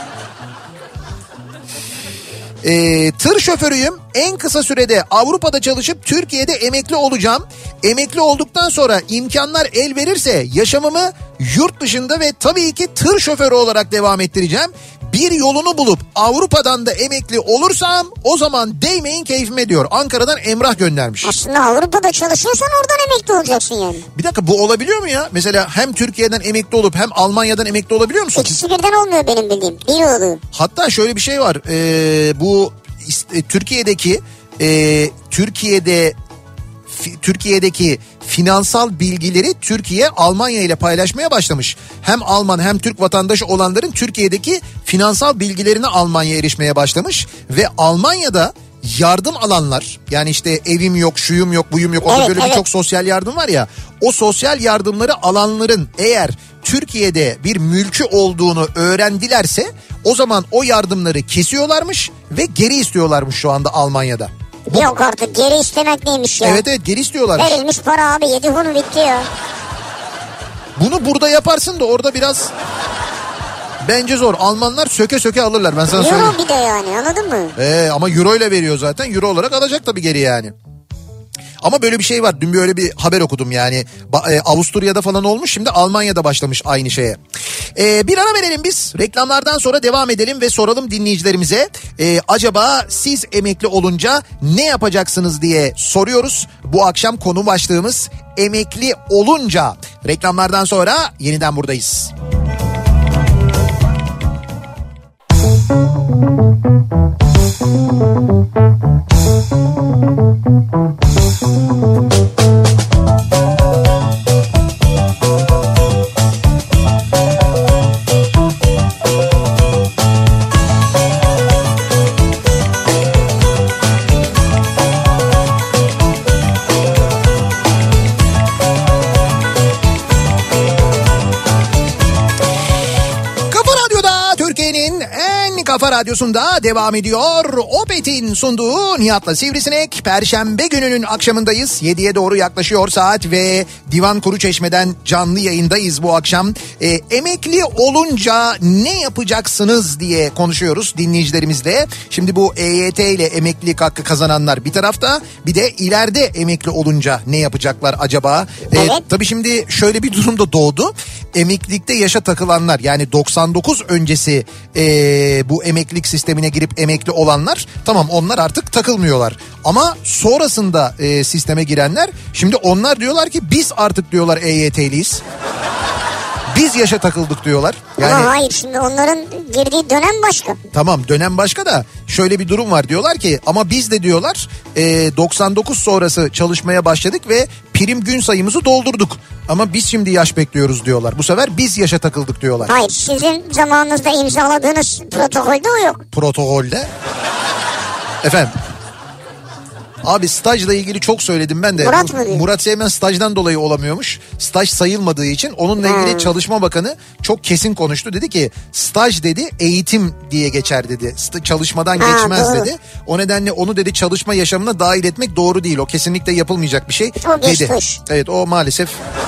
Ee, tır şoförüyüm. En kısa sürede Avrupa'da çalışıp Türkiye'de emekli olacağım. Emekli olduktan sonra imkanlar el verirse yaşamımı yurt dışında ve tabii ki tır şoförü olarak devam ettireceğim. Bir yolunu bulup Avrupa'dan da emekli olursam o zaman değmeyin keyfime diyor. Ankara'dan Emrah göndermiş. Aslında Avrupa'da çalışıyorsan oradan emekli olacaksın yani. Bir dakika, bu olabiliyor mu ya? Mesela hem Türkiye'den emekli olup hem Almanya'dan emekli olabiliyor musun? İkisi birden olmuyor benim bildiğim. Biri oluyor. Hatta şöyle bir şey var. Ee, bu e, Türkiye'deki e, Türkiye'de fi, Türkiye'deki finansal bilgileri Türkiye Almanya ile paylaşmaya başlamış. Hem Alman hem Türk vatandaşı olanların Türkiye'deki finansal bilgilerine Almanya erişmeye başlamış ve Almanya'da yardım alanlar, yani işte evim yok, şuyum yok, buyum yok, orada evet, böyle evet. birçok sosyal yardım var ya, o sosyal yardımları alanların eğer Türkiye'de bir mülkü olduğunu öğrendilerse o zaman o yardımları kesiyorlarmış ve geri istiyorlarmış şu anda Almanya'da. Bu... Yok artık, geri istemek neymiş ya? Evet evet, geri istiyorlarmış. Verilmiş para abi, yedi bunu bitti ya. Bunu burada yaparsın da orada biraz bence zor. Almanlar söke söke alırlar, ben sana Euro söyleyeyim. bir de yani, anladın mı? Ee, ama euro ile veriyor zaten. Euro olarak alacak tabii geri yani. Ama böyle bir şey var. Dün böyle bir haber okudum yani. Ba- e, Avusturya'da falan olmuş, şimdi Almanya'da başlamış aynı şeye. Ee, bir ara verelim biz. Reklamlardan sonra devam edelim ve soralım dinleyicilerimize. Ee, acaba siz emekli olunca ne yapacaksınız diye soruyoruz. Bu akşam konu başlığımız emekli olunca. Reklamlardan sonra yeniden buradayız. Kafa Radyosu'nda devam ediyor. Opet'in sunduğu Nihat'la Sivrisinek. Perşembe gününün akşamındayız. yediye doğru yaklaşıyor saat ve Divan Kuruçeşme'den canlı yayındayız bu akşam. E, emekli olunca ne yapacaksınız diye konuşuyoruz dinleyicilerimizle. Şimdi bu E Y T ile emeklilik hakkı kazananlar bir tarafta, bir de ileride emekli olunca ne yapacaklar acaba? E, Evet. Tabii şimdi şöyle bir durum da doğdu. Emeklilikte yaşa takılanlar, yani doksan dokuz öncesi e, bu emeklilik sistemine girip emekli olanlar, tamam onlar artık takılmıyorlar. Ama sonrasında e, sisteme girenler, şimdi onlar diyorlar ki biz artık diyorlar E Y T'liyiz. Biz yaşa takıldık diyorlar. Yani, Ama hayır, şimdi onların girdiği dönem başka. Tamam, dönem başka da şöyle bir durum var, diyorlar ki ama biz de diyorlar e, doksan dokuz sonrası çalışmaya başladık ve prim gün sayımızı doldurduk. Ama biz şimdi yaş bekliyoruz diyorlar. Bu sefer biz yaşa takıldık diyorlar. Hayır, sizin zamanınızda imzaladığınız protokolde o yok. Protokolde. Efendim. Abi stajla ilgili çok söyledim ben de. Murat mı diyor? Murat Seymen stajdan dolayı olamıyormuş. Staj sayılmadığı için onunla ilgili Hmm. Çalışma Bakanı çok kesin konuştu. Dedi ki staj dedi eğitim diye geçer dedi. St- çalışmadan Ha, geçmez doğru. dedi. O nedenle onu dedi çalışma yaşamına dahil etmek doğru değil. O kesinlikle yapılmayacak bir şey O geçti dedi. iş. Evet, o maalesef.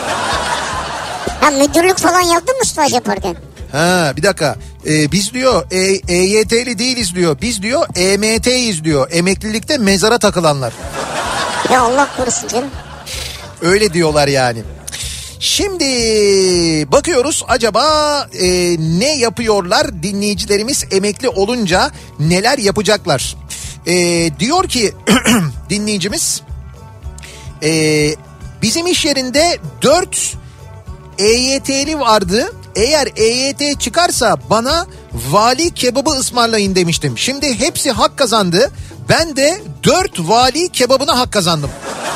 Ha, müdürlük falan yaptın mı staj yaparken? Ha bir dakika, ee, biz diyor e, EYT'li değiliz diyor, biz diyor E M T'yiz diyor, emeklilikte mezara takılanlar, Ya Allah korusun canım. öyle diyorlar yani. Şimdi bakıyoruz acaba e, ne yapıyorlar dinleyicilerimiz, emekli olunca neler yapacaklar. E, diyor ki dinleyicimiz, e, bizim iş yerinde dört E Y T'li vardı. Eğer E Y T çıkarsa bana vali kebabı ısmarlayın demiştim. Şimdi hepsi hak kazandı. Ben de dört vali kebabına hak kazandım.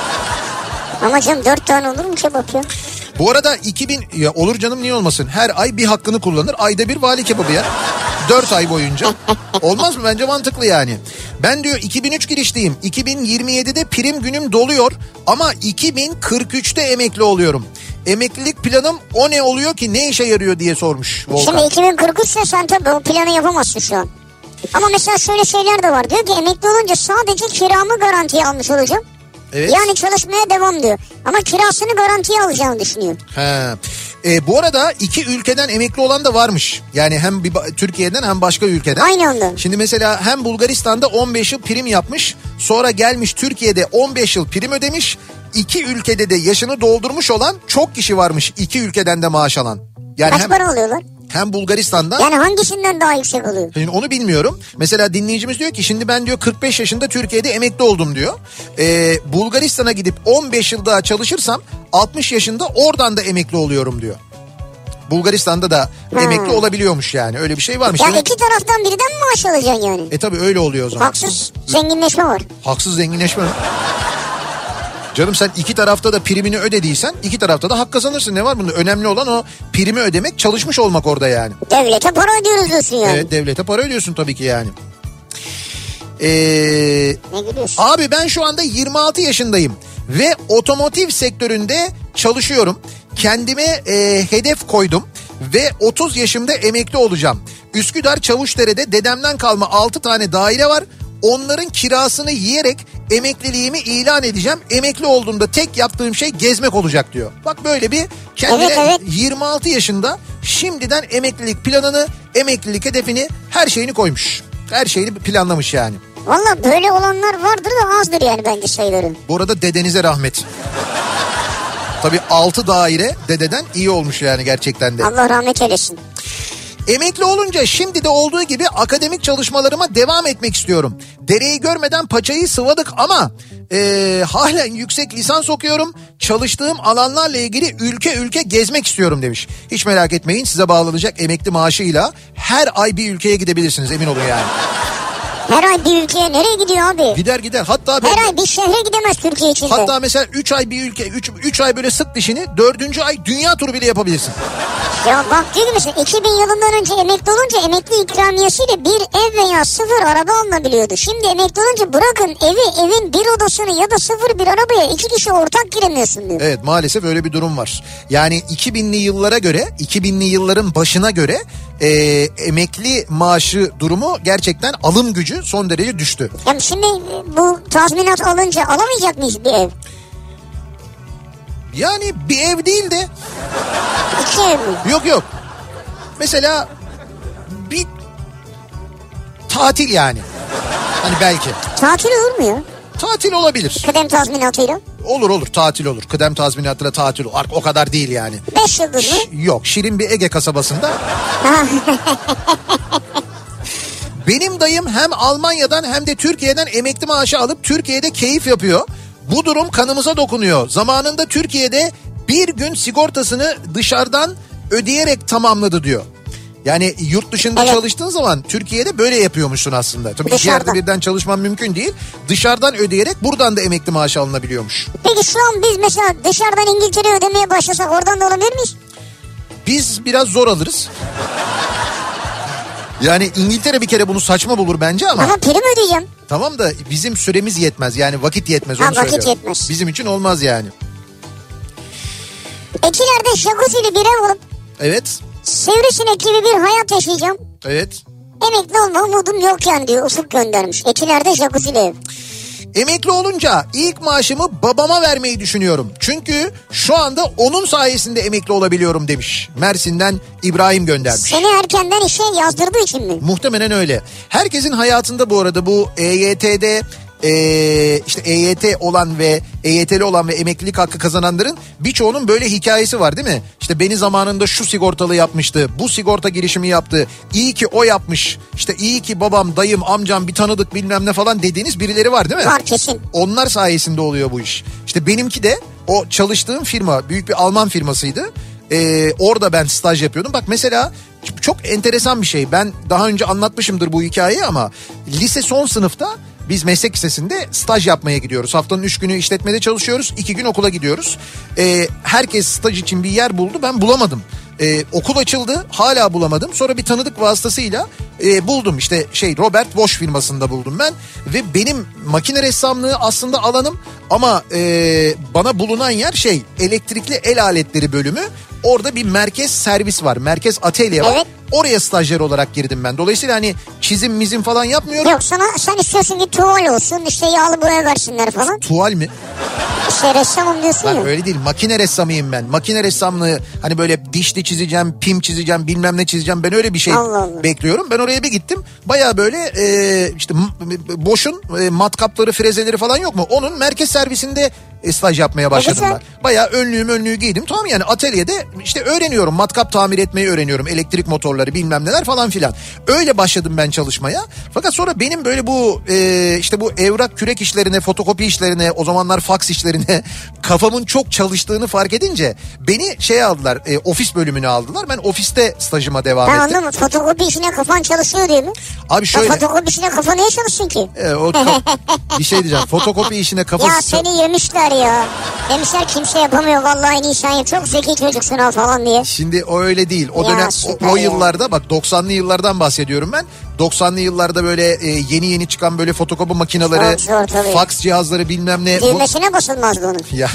Ama canım dört tane olur mu kebap ya? Bu arada iki bin ya olur canım, niye olmasın? Her ay bir hakkını kullanır. Ayda bir vali kebabı ya. dört ay boyunca. Olmaz mı? Bence mantıklı yani. Ben diyor iki bin üç girişliyim. iki bin yirmi yedide prim günüm doluyor ama iki bin kırk üçte emekli oluyorum. Emeklilik planım o ne oluyor ki, ne işe yarıyor diye sormuş Volkan. Şimdi iki bin kırk üçse sen tabii o planı yapamazsın şu an. Ama mesela şöyle şeyler de var. Diyor ki emekli olunca sadece kiramı garantiye almış olacağım. Evet. Yani çalışmaya devam diyor. Ama kirasını garantiye alacağını düşünüyor. He. E, bu arada iki ülkeden emekli olan da varmış. Yani hem bir, Türkiye'den hem başka ülkeden. Aynı anda. Şimdi mesela hem Bulgaristan'da on beş yıl prim yapmış. Sonra gelmiş Türkiye'de on beş yıl prim ödemiş. İki ülkede de yaşını doldurmuş olan çok kişi varmış. İki ülkeden de maaş alan. Yani Kaç hem, para alıyorlar? hem Bulgaristan'da. Yani hangisinden daha yüksek oluyor? Şimdi onu bilmiyorum. Mesela dinleyicimiz diyor ki şimdi ben diyor kırk beş yaşında Türkiye'de emekli oldum diyor. Ee, Bulgaristan'a gidip on beş yıl daha çalışırsam altmış yaşında oradan da emekli oluyorum diyor. Bulgaristan'da da Hmm. emekli olabiliyormuş yani, öyle bir şey varmış. Yani Yani, iki taraftan birden mi maaş alacaksın yani? e tabii öyle oluyor o zaman. Haksız zenginleşme var. Haksız zenginleşme mi? Canım sen iki tarafta da primini ödediysen iki tarafta da hak kazanırsın, ne var bunda? Önemli olan o primi ödemek, çalışmış olmak orada yani. Devlete para ödüyoruz diyorsun yani. Evet, devlete para ödüyorsun tabii ki yani. Ee, Ne gülüyorsun? abi ben şu anda yirmi altı yaşındayım ve otomotiv sektöründe çalışıyorum. Kendime e, hedef koydum ve otuz yaşımda emekli olacağım. Üsküdar Çavuşdere'de dedemden kalma altı tane daire var. Onların kirasını yiyerek emekliliğimi ilan edeceğim. Emekli olduğumda tek yaptığım şey gezmek olacak diyor. Bak böyle bir kendine Evet, evet. yirmi altı yaşında şimdiden emeklilik planını, emeklilik hedefini, her şeyini koymuş. Her şeyini planlamış yani. Valla böyle olanlar vardır da azdır yani bence sayıları. Bu arada dedenize rahmet. Tabii altı daire dededen iyi olmuş yani gerçekten de. Allah rahmet eylesin. Emekli olunca şimdi de olduğu gibi akademik çalışmalarıma devam etmek istiyorum. Dereyi görmeden paçayı sıvadık ama e, halen yüksek lisans okuyorum. Çalıştığım alanlarla ilgili ülke ülke gezmek istiyorum demiş. Hiç merak etmeyin, size bağlanacak emekli maaşıyla her ay bir ülkeye gidebilirsiniz, emin olun yani. Her ay bir ülkeye nereye gidiyor abi? Gider gider hatta... Her ay bir şehre gidemez Türkiye içinde. Hatta mesela üç ay bir ülke, üç ay böyle sık dişini, dördüncü ay dünya turu bile yapabilirsin. Ya bak diyor musun iki bin yılından önce emekli olunca emekli ikramiyesiyle bir ev veya sıfır araba alınabiliyordu. Şimdi emekli olunca bırakın evi, evin bir odasını ya da sıfır bir arabaya iki kişi ortak giremiyorsun diyor. Evet, maalesef öyle bir durum var. Yani iki binli yıllara göre, iki binli yılların başına göre e, emekli maaşı durumu gerçekten alım gücü son derece düştü. Ya şimdi bu tazminat alınca alamayacak mıyız bir ev? Yani bir ev değil de. İki ev mi? Yok yok. Mesela bir tatil yani. Hani belki. Tatil olur mu ya? Tatil olabilir. Kıdem tazminatıyla. Olur olur, tatil olur. Kıdem tazminatıyla tatil olur. O kadar değil yani. Beş yıldız mı? Ş- yok, şirin bir Ege kasabasında. Benim dayım hem Almanya'dan hem de Türkiye'den emekli maaşı alıp Türkiye'de keyif yapıyor. Bu durum kanımıza dokunuyor. Zamanında Türkiye'de bir gün sigortasını dışarıdan ödeyerek tamamladı diyor. Yani yurt dışında evet. çalıştığın zaman Türkiye'de böyle yapıyormuşsun aslında. Tabii iki yerde birden çalışman mümkün değil. Dışarıdan ödeyerek buradan da emekli maaşı alınabiliyormuş. Peki şu an biz mesela dışarıdan İngiltere'ye ödemeye başlasak oradan da alabilir miyiz? Biz biraz zor alırız. Yani İngiltere bir kere bunu saçma bulur bence ama. Ama prim ödeyeceğim. Tamam da bizim süremiz yetmez. Yani vakit yetmez. Ha, onu vakit söylüyorum. yetmez. Bizim için olmaz yani. Ekilerde jacuzzi'li bir ev olup. Evet. Sivrisinekli bir hayat yaşayacağım. Evet. Emekli olma umudum yok yani diyor. Ufuk göndermiş. Ekilerde jacuzzi'li ev. Emekli olunca ilk maaşımı babama vermeyi düşünüyorum. Çünkü şu anda onun sayesinde emekli olabiliyorum demiş. Mersin'den İbrahim göndermiş. Seni erkenden işe yazdırdığı için mi? Muhtemelen öyle. Herkesin hayatında bu arada bu E Y T'de e, işte E Y T olan ve E Y T'li olan ve emeklilik hakkı kazananların birçoğunun böyle hikayesi var değil mi? İşte beni zamanında şu sigortalı yapmıştı, bu sigorta girişimi yaptı, iyi ki o yapmış, işte iyi ki babam, dayım, amcam, bir tanıdık bilmem ne falan dediğiniz birileri var değil mi? Var kesin. Onlar sayesinde oluyor bu iş. İşte benimki de o çalıştığım firma büyük bir Alman firmasıydı. Ee, orada ben staj yapıyordum. Bak mesela çok enteresan bir şey. Ben daha önce anlatmışımdır bu hikayeyi ama lise son sınıfta biz meslek lisesinde staj yapmaya gidiyoruz. Haftanın üç günü işletmede çalışıyoruz. iki gün okula gidiyoruz. Ee, herkes staj için bir yer buldu. Ben bulamadım. Ee, okul açıldı, hala bulamadım. Sonra bir tanıdık vasıtasıyla e, buldum. İşte şey Robert Bosch firmasında buldum ben. Ve benim makine ressamlığı aslında alanım ama e, bana bulunan yer şey elektrikli el aletleri bölümü. Orada bir merkez servis var. Merkez atölye var. Evet. Oraya stajyer olarak girdim ben. Dolayısıyla hani çizim mizim falan yapmıyorum. Yok sana sen istiyorsun ki tuval olsun işte yağlı boya versinler falan. Tuval mi? İşte ressamım diyorsun Ben ya. öyle değil, makine ressamıyım ben. Makine ressamlığı hani böyle dişli çizeceğim, pim çizeceğim, bilmem ne çizeceğim. Ben öyle bir şey Allah Allah. bekliyorum. Ben oraya bir gittim. Baya böyle e, işte Bosch'un e, matkapları, frezeleri falan yok mu? Onun merkez servisinde e, staj yapmaya başladım güzel. ben. Baya önlüğüm önlüğü giydim. Tamam yani atölyede işte öğreniyorum. Matkap tamir etmeyi öğreniyorum. Elektrik motorları bilmem neler falan filan. Öyle başladım ben çalışmaya. Fakat sonra benim böyle bu e, işte bu evrak kürek işlerine, fotokopi işlerine, o zamanlar faks işlerine kafamın çok çalıştığını fark edince beni şey aldılar, e, ofis bölümüne aldılar. Ben ofiste stajıma devam Ben ettim. anlamadım. Fotokopi işine kafan çalışıyor diye mi? Abi şöyle. Ya fotokopi işine kafa niye çalışsın ki? E, o ka- bir şey diyeceğim. Fotokopi işine kafası... Ya seni yemişler ya. Demişler kimse yapamıyor vallahi en iyi sen yap. Çok zeki çocuksun ha falan diye. Şimdi o öyle değil. O Ya dönem süper o, o ya. yıllarda bak doksanlı yıllardan bahsediyorum ben. doksanlı yıllarda böyle e, yeni yeni çıkan böyle fotokopi makineleri, Çok zor tabii. faks cihazları bilmem ne. Bu- Düğmesine basılmazdı onun. Ya.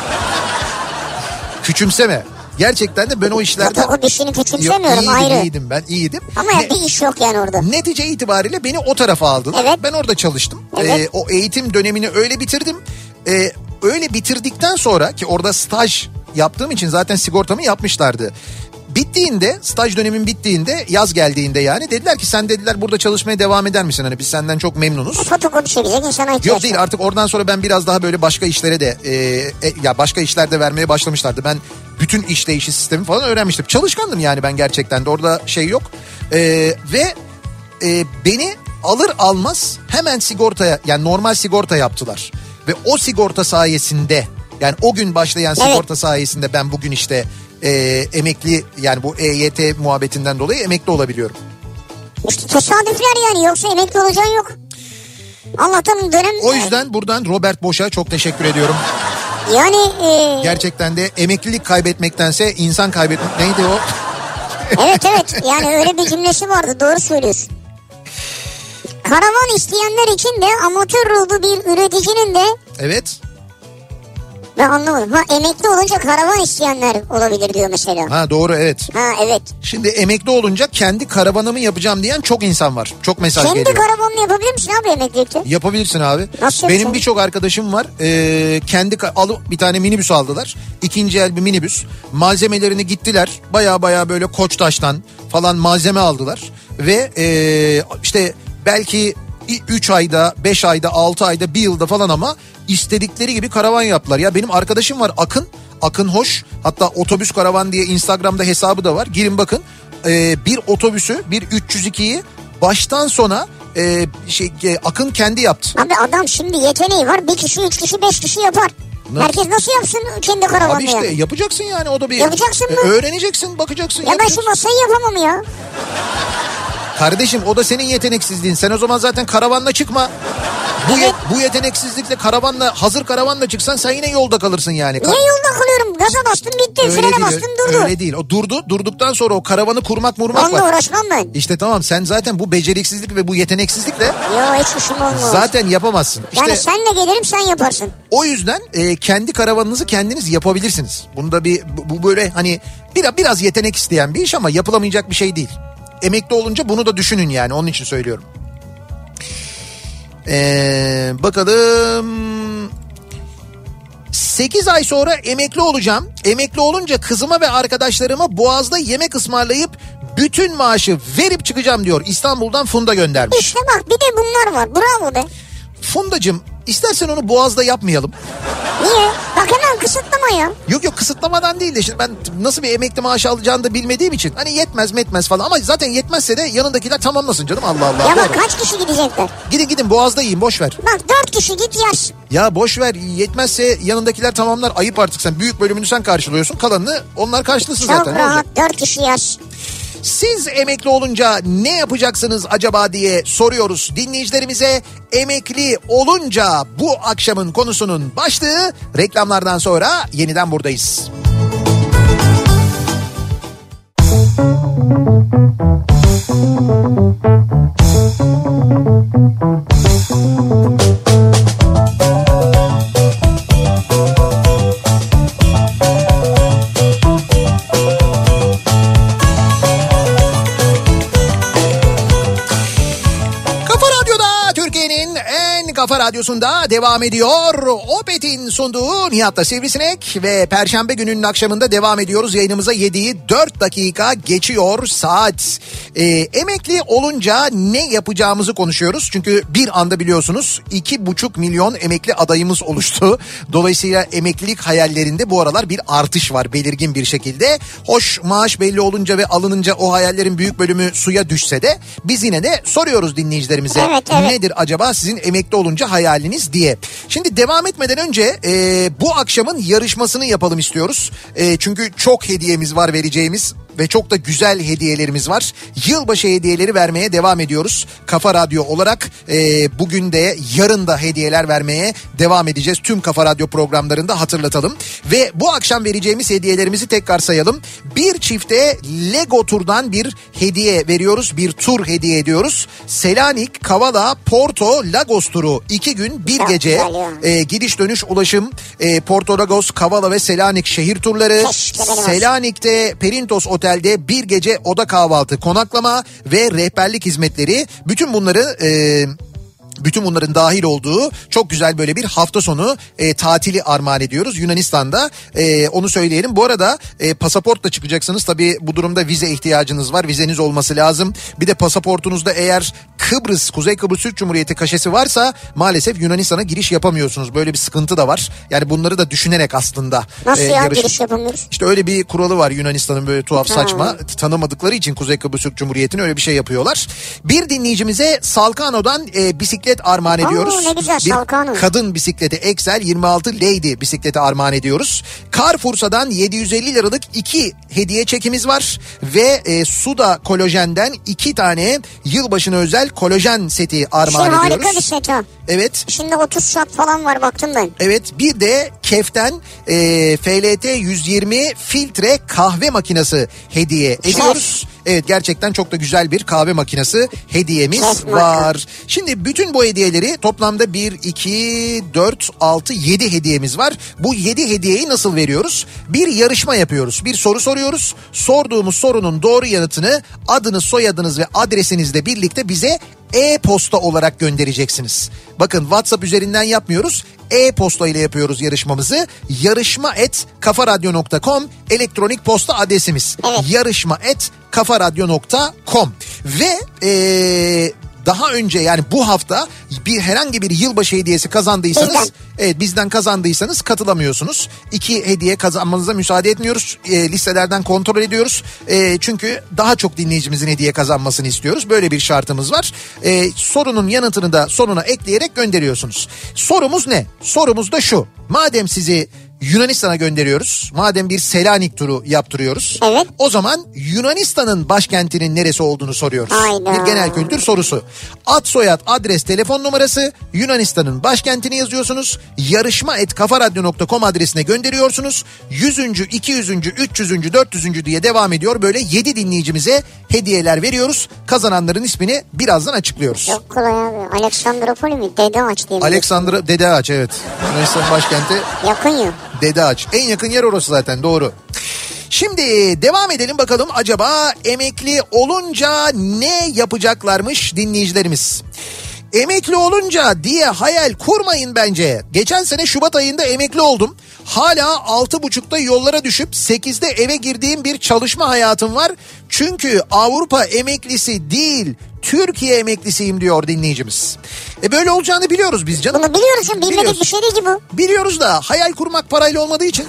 Küçümseme. Gerçekten de ben o işlerde... Fotokopi işini küçümsemiyorum iyiydim, ayrı. iyiydim ben iyiydim. Ama Ne- ya bir iş yok yani orada. Netice itibariyle beni o tarafa aldılar. Evet. Ben orada çalıştım. Evet. Ee, o eğitim dönemini öyle bitirdim. Ee, öyle bitirdikten sonra ki orada staj yaptığım için zaten sigortamı yapmışlardı. Bittiğinde, staj dönemin bittiğinde, yaz geldiğinde yani dediler ki sen dediler burada çalışmaya devam eder misin? Hani biz senden çok memnunuz. Fotokopi çekecek insana ihtiyaç Yok değil, var. artık oradan sonra ben biraz daha böyle başka işlere de e, e, ya başka işlerde vermeye başlamışlardı. Ben bütün işleyişi sistemi falan öğrenmiştim. Çalışkandım yani ben gerçekten de, orada şey yok. E, ve e, beni alır almaz hemen sigortaya, yani normal sigorta yaptılar. Ve o sigorta sayesinde, yani o gün başlayan Evet. sigorta sayesinde ben bugün işte e, emekli, yani bu E Y T muhabbetinden dolayı emekli olabiliyorum. İşte tesadüfler yani, yoksa emekli olacağın yok. Allah'tan dönem... O yüzden buradan Robert Bosch'a çok teşekkür ediyorum. Yani... E... Gerçekten de emeklilik kaybetmektense insan kaybetmek, neydi o? Evet evet, yani öyle bir cümlesi vardı, doğru söylüyorsun. Karavan isteyenler için de amatör ruhlu bir üreticinin de Evet. Ben anlamadım. Ha emekli olunca karavan isteyenler olabilir diyor mesela. Ha doğru, evet. Ha evet. Şimdi emekli olunca kendi karavanımı yapacağım diyen çok insan var. Çok mesaj Kendi geliyor. Kendi karavanını yapabilir misin abi emeklilikte? Yapabilirsin abi. Nasıl Benim yapacağım? birçok arkadaşım var. Ee, kendi alıp bir tane minibüs aldılar. İkinci el bir minibüs. Malzemelerini gittiler. Baya baya böyle Koçtaş'tan falan malzeme aldılar. Ve ee, işte belki üç ayda, beş ayda, altı ayda, bir yılda falan ama istedikleri gibi karavan yaptılar. Ya benim arkadaşım var Akın. Akın Hoş. Hatta otobüs karavan diye Instagram'da hesabı da var. Girin bakın. Ee, bir otobüsü, bir üç yüz ikiyi baştan sona e, şey, e, Akın kendi yaptı. Abi adam şimdi yeteneği var. Bir kişi, üç kişi, beş kişi yapar. Nasıl? Herkes nasıl yapsın kendi karavanını? Abi işte yani? yapacaksın yani, o da bir... Yapacaksın mı? E, öğreneceksin, bakacaksın. Ya ben şu masayı yapamam ya. Kardeşim o da senin yeteneksizliğin. Sen o zaman zaten karavanla çıkma. Bu, evet. ye, bu yeteneksizlikle karavanla, hazır karavanla çıksan sen yine yolda kalırsın yani. Niye yolda kalıyorum? Gaza bastım gitti. Öyle frene değil, bastım durdu. Öyle değil. O durdu. Durduktan sonra o karavanı kurmak murmak Onunla var. Onunla uğraşmam ben. İşte tamam, sen zaten bu beceriksizlik ve bu yeteneksizlikle... Yok hiç işim olmaz. Zaten yapamazsın. İşte, yani senle gelirim sen yaparsın. O yüzden e, kendi karavanınızı kendiniz yapabilirsiniz. Bunda bir bu böyle hani biraz, biraz yetenek isteyen bir iş ama yapılamayacak bir şey değil. Emekli olunca bunu da düşünün yani, onun için söylüyorum. Ee, bakalım. sekiz ay sonra emekli olacağım. Emekli olunca kızıma ve arkadaşlarıma Boğaz'da yemek ısmarlayıp bütün maaşı verip çıkacağım diyor. İstanbul'dan Funda göndermiş. İşte bak bir de bunlar var. Bravo be. Fundacığım, istersen onu Boğaz'da yapmayalım. Niye? Bak hemen kısıtlama ya. Yok yok, kısıtlamadan değil de şimdi ben nasıl bir emekli maaşı alacağını da bilmediğim için hani yetmez metmez falan, ama zaten yetmezse de yanındakiler tamamlasın canım, Allah Allah. Ya bak kaç kişi gidecekler? Gidin gidin Boğaz'da yiyin, boş ver. Bak dört kişi git yersin. Ya boş ver, yetmezse yanındakiler tamamlar, ayıp artık, sen büyük bölümünü sen karşılıyorsun, kalanını onlar karşılasın zaten. Çok rahat dört kişi yersin. Siz emekli olunca ne yapacaksınız acaba diye soruyoruz dinleyicilerimize. Emekli olunca bu akşamın konusunun başlığı. Reklamlardan sonra yeniden buradayız. Kafa Radyosu'nda devam ediyor. Opet'in sunduğu Nihat'la Sivrisinek ve Perşembe gününün akşamında devam ediyoruz. Yayınımıza yediği dört dakika geçiyor saat. Ee, emekli olunca ne yapacağımızı konuşuyoruz. Çünkü bir anda biliyorsunuz iki buçuk milyon emekli adayımız oluştu. Dolayısıyla emeklilik hayallerinde bu aralar bir artış var belirgin bir şekilde. Hoş, maaş belli olunca ve alınınca o hayallerin büyük bölümü suya düşse de biz yine de soruyoruz dinleyicilerimize. Evet, evet. Nedir acaba sizin emekli olunca hayaliniz diye. Şimdi devam etmeden önce e, bu akşamın yarışmasını yapalım istiyoruz. E, çünkü çok hediyemiz var vereceğimiz ve çok da güzel hediyelerimiz var. Yılbaşı hediyeleri vermeye devam ediyoruz. Kafa Radyo olarak e, bugün de yarın da hediyeler vermeye devam edeceğiz. Tüm Kafa Radyo programlarında hatırlatalım. Ve bu akşam vereceğimiz hediyelerimizi tekrar sayalım. Bir çifte Lego turdan bir hediye veriyoruz. Bir tur hediye ediyoruz. Selanik, Kavala, Porto, Lagos turu. iki gün bir çok gece e, gidiş dönüş ulaşım e, Porto, Lagos, Kavala ve Selanik şehir turları. Selanik'te Perintos Otel'de bir gece oda kahvaltı, konaklama ve rehberlik hizmetleri. Bütün bunları... E, Bütün bunların dahil olduğu çok güzel böyle bir hafta sonu e, tatili armağan ediyoruz Yunanistan'da. E, onu söyleyelim. Bu arada e, pasaportla çıkacaksınız. Tabii bu durumda vize ihtiyacınız var. Vizeniz olması lazım. Bir de pasaportunuzda eğer Kıbrıs, Kuzey Kıbrıs Türk Cumhuriyeti kaşesi varsa maalesef Yunanistan'a giriş yapamıyorsunuz. Böyle bir sıkıntı da var. Yani bunları da düşünerek aslında. Nasıl e, ya yarış... giriş yapamıyoruz? İşte öyle bir kuralı var Yunanistan'ın, böyle tuhaf saçma. Ha. Tanımadıkları için Kuzey Kıbrıs Türk Cumhuriyeti'ne öyle bir şey yapıyorlar. Bir dinleyicimize Salkano'dan e, bisiklet armağan ediyoruz. Oo, ne güzel, bir Salkano. kadın bisikleti Excel yirmi altı Lady bisikleti armağan ediyoruz. Carrefour'dan yedi yüz elli liralık iki hediye çekimiz var ve e, Suda Kolajen'den iki tane yılbaşına özel kolajen seti armağan Şu ediyoruz. harika bir set o. Evet. Şimdi otuz saat falan var baktım ben. Evet, bir de Kef'ten e, F L T yüz yirmi filtre kahve makinesi hediye ediyoruz. Kef. Evet, gerçekten çok da güzel bir kahve makinesi hediyemiz Kef var. marka. Şimdi bütün bu hediyeleri toplamda bir, iki, dört, altı, yedi hediyemiz var. Bu yedi hediyeyi nasıl veriyoruz? Bir yarışma yapıyoruz. Bir soru soruyoruz. Sorduğumuz sorunun doğru yanıtını adınız, soyadınız ve adresinizle birlikte bize e-posta olarak göndereceksiniz. Bakın, WhatsApp üzerinden yapmıyoruz. E-posta ile yapıyoruz yarışmamızı. yarışma et kafaradyo nokta com elektronik posta adresimiz. Evet. yarışma et kafaradyo nokta com ve ee, daha önce, yani bu hafta bir herhangi bir yılbaşı hediyesi kazandıysanız, bizden. evet bizden kazandıysanız katılamıyorsunuz. İki hediye kazanmanıza müsaade etmiyoruz. E, listelerden kontrol ediyoruz. E, çünkü daha çok dinleyicimizin hediye kazanmasını istiyoruz. Böyle bir şartımız var. E, sorunun yanıtını da sonuna ekleyerek gönderiyorsunuz. Sorumuz ne? Sorumuz da şu. Madem sizi Yunanistan'a gönderiyoruz, madem bir Selanik turu yaptırıyoruz, evet, o zaman Yunanistan'ın başkentinin neresi olduğunu soruyoruz. Hayda. Bir genel kültür sorusu. Ad, soyad, adres, telefon numarası, Yunanistan'ın başkentini yazıyorsunuz. yarışma et kafaradyo nokta com adresine gönderiyorsunuz. yüzüncü, iki yüzüncü, üç yüzüncü, dört yüzüncü diye devam ediyor. Böyle yedi dinleyicimize hediyeler veriyoruz. Kazananların ismini birazdan açıklıyoruz. Çok kolay abi. Aleksandropoli mi? Dede Ağaç diye mi? Aleksandra Dede Ağaç, evet. Yunanistan başkenti yakın ya. Dede Ağaç. En yakın yer orası zaten, doğru. Şimdi devam edelim bakalım, acaba emekli olunca ne yapacaklarmış dinleyicilerimiz? Emekli olunca diye hayal kurmayın bence. Geçen sene Şubat ayında emekli oldum. Hala altı buçukta yollara düşüp sekizde eve girdiğim bir çalışma hayatım var. Çünkü Avrupa emeklisi değil, Türkiye emeklisiyim diyor dinleyicimiz. E böyle olacağını biliyoruz biz canım. Bunu biliyoruz, bilmedik Biliyoruz. bir şey değil ki bu. Biliyoruz da hayal kurmak parayla olmadığı için.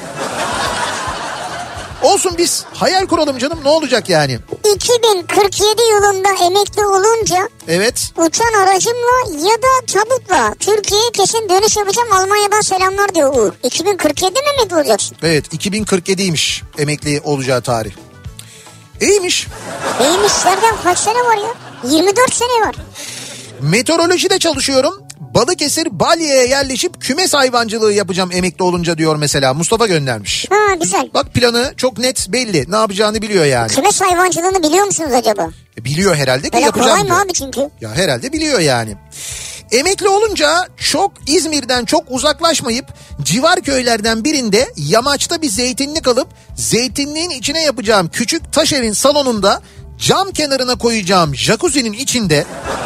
Olsun, biz hayal kuralım canım, ne olacak yani? iki bin kırk yedi yılında emekli olunca Evet. uçan aracımla ya da tabutla Türkiye'ye kesin dönüş yapacağım, Almanya'dan selamlar diyor Uğur. iki bin kırk yedi mi emekli olacaksın? Evet, iki bin kırk yediymiş emekli olacağı tarih. İyiymiş. İyiymiş, nereden kaç sene var ya? yirmi dört sene var. Meteorolojide çalışıyorum. Balıkesir Balya'ya yerleşip kümes hayvancılığı yapacağım emekli olunca diyor mesela. Mustafa göndermiş. Ha, güzel. Bak, planı çok net, belli. Ne yapacağını biliyor yani. Kümes hayvancılığını biliyor musunuz acaba? E, biliyor herhalde ki Böyle yapacağım kolay diyor. mı abi çünkü? Ya herhalde biliyor yani. Emekli olunca çok İzmir'den çok uzaklaşmayıp civar köylerden birinde yamaçta bir zeytinlik alıp zeytinliğin içine yapacağım küçük taş evin salonunda cam kenarına koyacağım jacuzzi'nin içinde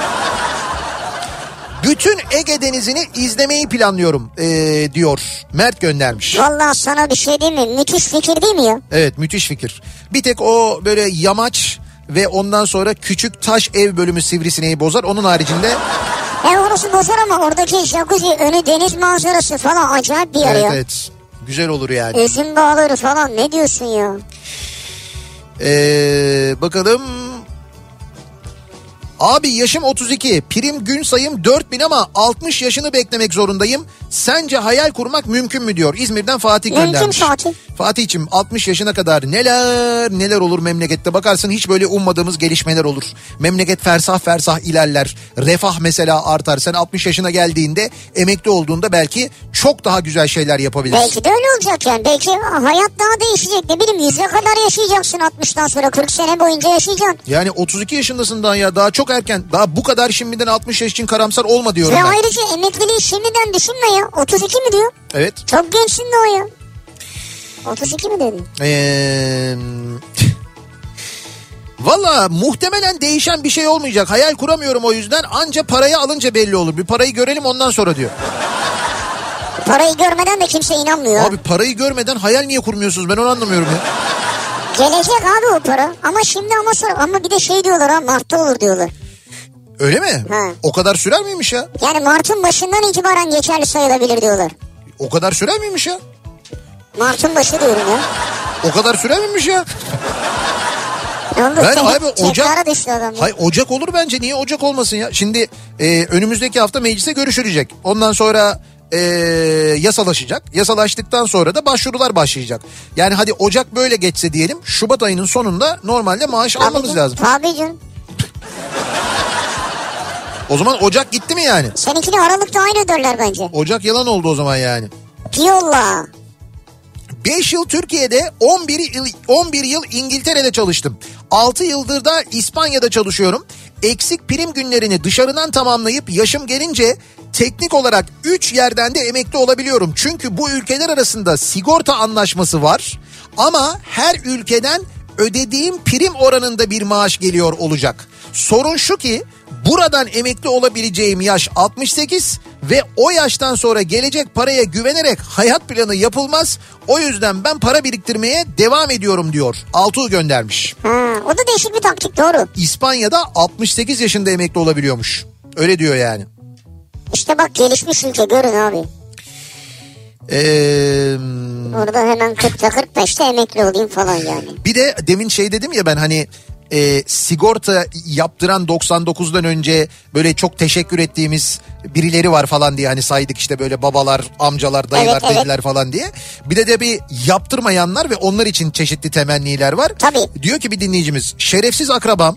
bütün Ege Denizi'ni izlemeyi planlıyorum ee, diyor. Mert göndermiş. Vallahi sana bir şey diyeyim mi? Müthiş fikir değil mi ya? Evet, müthiş fikir. Bir tek o böyle yamaç ve ondan sonra küçük taş ev bölümü sivrisineği bozar. Onun haricinde... E orası bozar ama oradaki jacuzzi, önü deniz manzarası falan acayip bir yer Evet ya. evet. Güzel olur yani. Üzüm bağları falan, ne diyorsun ya? Ee, bakalım. Abi yaşım otuz iki, prim gün sayım dört bin ama altmış yaşını beklemek zorundayım. Sence hayal kurmak mümkün mü diyor. İzmir'den Fatih Mümkün göndermiş. Fatih. Fatih'cim, altmış yaşına kadar neler neler olur memlekette. Bakarsın hiç böyle ummadığımız gelişmeler olur. Memleket fersah fersah ilerler. Refah mesela artar. Sen altmış yaşına geldiğinde, emekli olduğunda belki çok daha güzel şeyler yapabilirsin. Belki de öyle olacak yani. Belki hayat daha değişecek. Ne bileyim, yüze kadar yaşayacaksın altmıştan sonra. kırk sene boyunca yaşayacaksın. Yani otuz iki yaşındasın daha ya. Daha çok erken. Daha bu kadar şimdiden altmış yaş için karamsar olma diyorum Ve ben. ayrıca emekliliği şimdiden düşünme ya. otuz iki mi diyor? Evet. Çok gençsin de o ya. otuz iki mi dedi? Eee... Valla muhtemelen değişen bir şey olmayacak. Hayal kuramıyorum o yüzden. Anca parayı alınca belli olur. Bir parayı görelim ondan sonra diyor. Parayı görmeden de kimse inanmıyor. Abi parayı görmeden hayal niye kurmuyorsunuz? Ben onu anlamıyorum ya. Gelecek abi o para. Ama şimdi ama sonra. Ama bir de şey diyorlar ha, Mart'ta olur diyorlar. Öyle mi? Ha. O kadar sürer miymiş ya? Yani Mart'ın başından itibaren geçerli sayılabilir diyorlar. O kadar sürer miymiş ya? Mart'ın başı diyorum ya. O kadar sürer miymiş ya? Ne oldu? Ben Sen abi Ocak... tekrara düştü adam. Hayır, Ocak olur bence. Niye Ocak olmasın ya? Şimdi e, önümüzdeki hafta meclise görüşülecek. Ondan sonra e, yasalaşacak. Yasalaştıktan sonra da başvurular başlayacak. Yani hadi Ocak böyle geçse diyelim. Şubat ayının sonunda normalde maaş Tabii almamız canım, lazım. Tabii canım. O zaman Ocak gitti mi yani? Seninkini Aralık'ta aynı öderler bence. Ocak yalan oldu o zaman yani. Yolla. beş yıl Türkiye'de, on bir yıl, on bir yıl İngiltere'de çalıştım. altı yıldır da İspanya'da çalışıyorum. Eksik prim günlerini dışarıdan tamamlayıp yaşım gelince teknik olarak üç yerden de emekli olabiliyorum. Çünkü bu ülkeler arasında sigorta anlaşması var. Ama her ülkeden ödediğim prim oranında bir maaş geliyor olacak. Sorun şu ki buradan emekli olabileceğim yaş altmış sekiz ve o yaştan sonra gelecek paraya güvenerek hayat planı yapılmaz. O yüzden ben para biriktirmeye devam ediyorum diyor. Altuğ göndermiş. Ha, o da değişik bir taktik, doğru. İspanya'da altmış sekiz yaşında emekli olabiliyormuş. Öyle diyor yani. İşte bak, gelişmiş ülke, görün abi. Ee, Orada hemen kırkta kırk beşte emekli olayım falan yani. Bir de demin şey dedim ya ben, hani e, sigorta yaptıran doksan dokuzdan önce böyle çok teşekkür ettiğimiz birileri var falan diye, hani saydık işte böyle babalar, amcalar, dayılar, evet, dediler evet. falan diye. Bir de de bir yaptırmayanlar ve onlar için çeşitli temenniler var. Tabii. Diyor ki bir dinleyicimiz, şerefsiz akrabam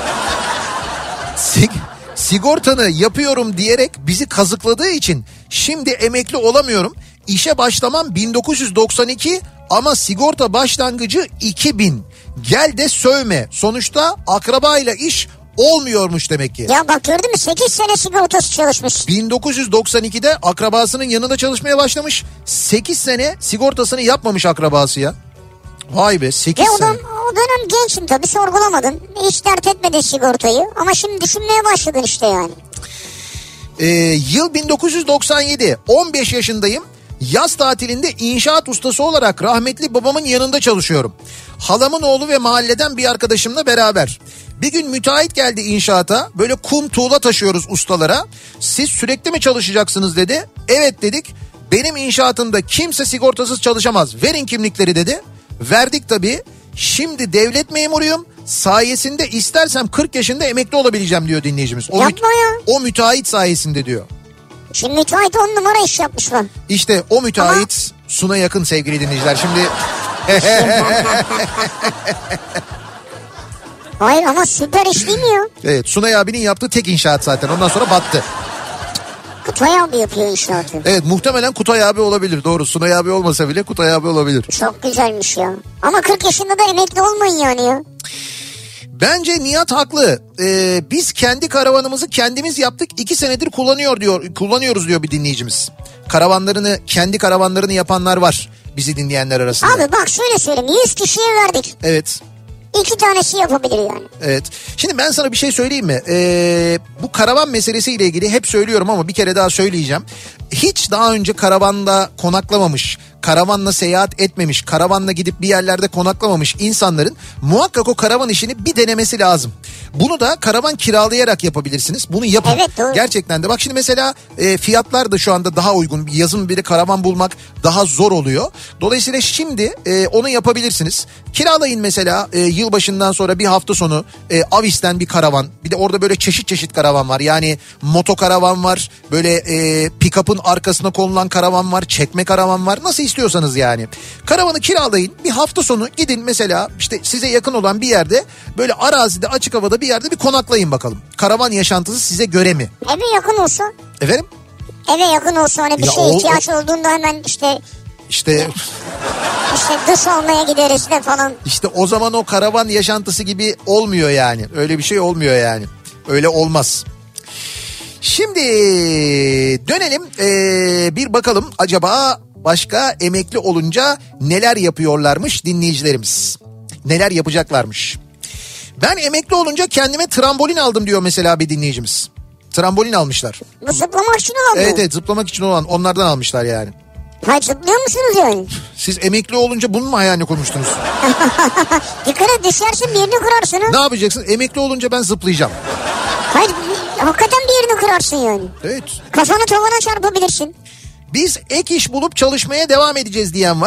sig sigortanı yapıyorum diyerek bizi kazıkladığı için şimdi emekli olamıyorum. İşe başlamam bin dokuz yüz doksan iki ama sigorta başlangıcı iki bin. Gel de sövme. Sonuçta akrabayla iş olmuyormuş demek ki. Ya bak, gördün mü, sekiz sene sigortası çalışmış. bin dokuz yüz doksan ikide akrabasının yanında çalışmaya başlamış. sekiz sene sigortasını yapmamış akrabası ya. Vay be, sekiz Ve o, sene. dönem, o dönem gençsin tabii, sorgulamadın. Hiç dert etmedin sigortayı. Ama şimdi düşünmeye başladın işte yani. Ee, yıl bin dokuz yüz doksan yedi, on beş yaşındayım. Yaz tatilinde inşaat ustası olarak rahmetli babamın yanında çalışıyorum. Halamın oğlu ve mahalleden bir arkadaşımla beraber. Bir gün müteahhit geldi inşaata. Böyle kum tuğla taşıyoruz ustalara. Siz sürekli mi çalışacaksınız dedi. Evet dedik. Benim inşaatımda kimse sigortasız çalışamaz. Verin kimlikleri dedi. Verdik tabii. Şimdi devlet memuruyum. Sayesinde istersem kırk yaşında emekli olabileceğim diyor dinleyicimiz. O, Yapma ya. o müteahhit sayesinde diyor. Şimdi müteahhit on numara iş yapmış lan. İşte o müteahhit ama... Suna yakın sevgili dinleyiciler. Şimdi... Hayır ama süper iş değil mi ya? Evet, Sunay abinin yaptığı tek inşaat zaten. Ondan sonra battı. Kutay abi yapıyor inşaatı. Evet, muhtemelen Kutay abi olabilir. Doğru, Sunay abi olmasa bile Kutay abi olabilir. Çok güzelmiş ya. Ama kırk yaşında da emekli olmayın yani ya. Bence Nihat haklı. Ee, biz kendi karavanımızı kendimiz yaptık. iki senedir kullanıyor diyor, kullanıyoruz diyor bir dinleyicimiz. Karavanlarını, kendi karavanlarını yapanlar var bizi dinleyenler arasında. Abi bak şöyle söyleyeyim, yüz kişiye verdik. Evet. İki tanesi yapabilir yani. Evet. Şimdi ben sana bir şey söyleyeyim mi? Ee, bu karavan meselesiyle ilgili hep söylüyorum ama bir kere daha söyleyeceğim. Hiç daha önce karavanda konaklamamış, karavanla seyahat etmemiş, karavanla gidip bir yerlerde konaklamamış insanların muhakkak o karavan işini bir denemesi lazım. Bunu da karavan kiralayarak yapabilirsiniz. Bunu yapın. Evet, doğru. Gerçekten de. Bak şimdi mesela e, fiyatlar da şu anda daha uygun. Yazın biri karavan bulmak daha zor oluyor. Dolayısıyla şimdi e, onu yapabilirsiniz. Kiralayın mesela e, yılbaşından sonra bir hafta sonu e, Avis'ten bir karavan. Bir de orada böyle çeşit çeşit karavan var. Yani motokaravan var. Böyle e, pick-up'ın arkasına konulan karavan var. Çekme karavan var. Nasıl istiyorsanız yani. Karavanı kiralayın. Bir hafta sonu gidin mesela işte size yakın olan bir yerde, böyle arazide, açık havada bir yerde bir konaklayın bakalım. Karavan yaşantısı size göre mi? Eve yakın olsa. Efendim? Eve yakın olsa, hani bir Ya şey o, ihtiyaç olduğunda hemen işte... İşte... İşte duş almaya gideriz de falan. İşte o zaman o karavan yaşantısı gibi olmuyor yani. Öyle bir şey olmuyor yani. Öyle olmaz. Şimdi dönelim ee, bir bakalım acaba başka emekli olunca neler yapıyorlarmış dinleyicilerimiz. Neler yapacaklarmış. Ben emekli olunca kendime trambolin aldım diyor mesela bir dinleyicimiz. Trambolin almışlar. Bu zıplamak için olan mı? Evet evet, zıplamak için olan, onlardan almışlar yani. Hayır, zıplıyor musunuz yani? Siz emekli olunca bunun mu hayalini kurmuştunuz? Dikkat et, düşersin bir yerini kırarsın ha. Ne yapacaksın? Emekli olunca ben zıplayacağım. Hayır, hakikaten bir yerini kırarsın yani. Evet. Kafanı tavana çarpabilirsin. Biz ek iş bulup çalışmaya devam edeceğiz diyen var.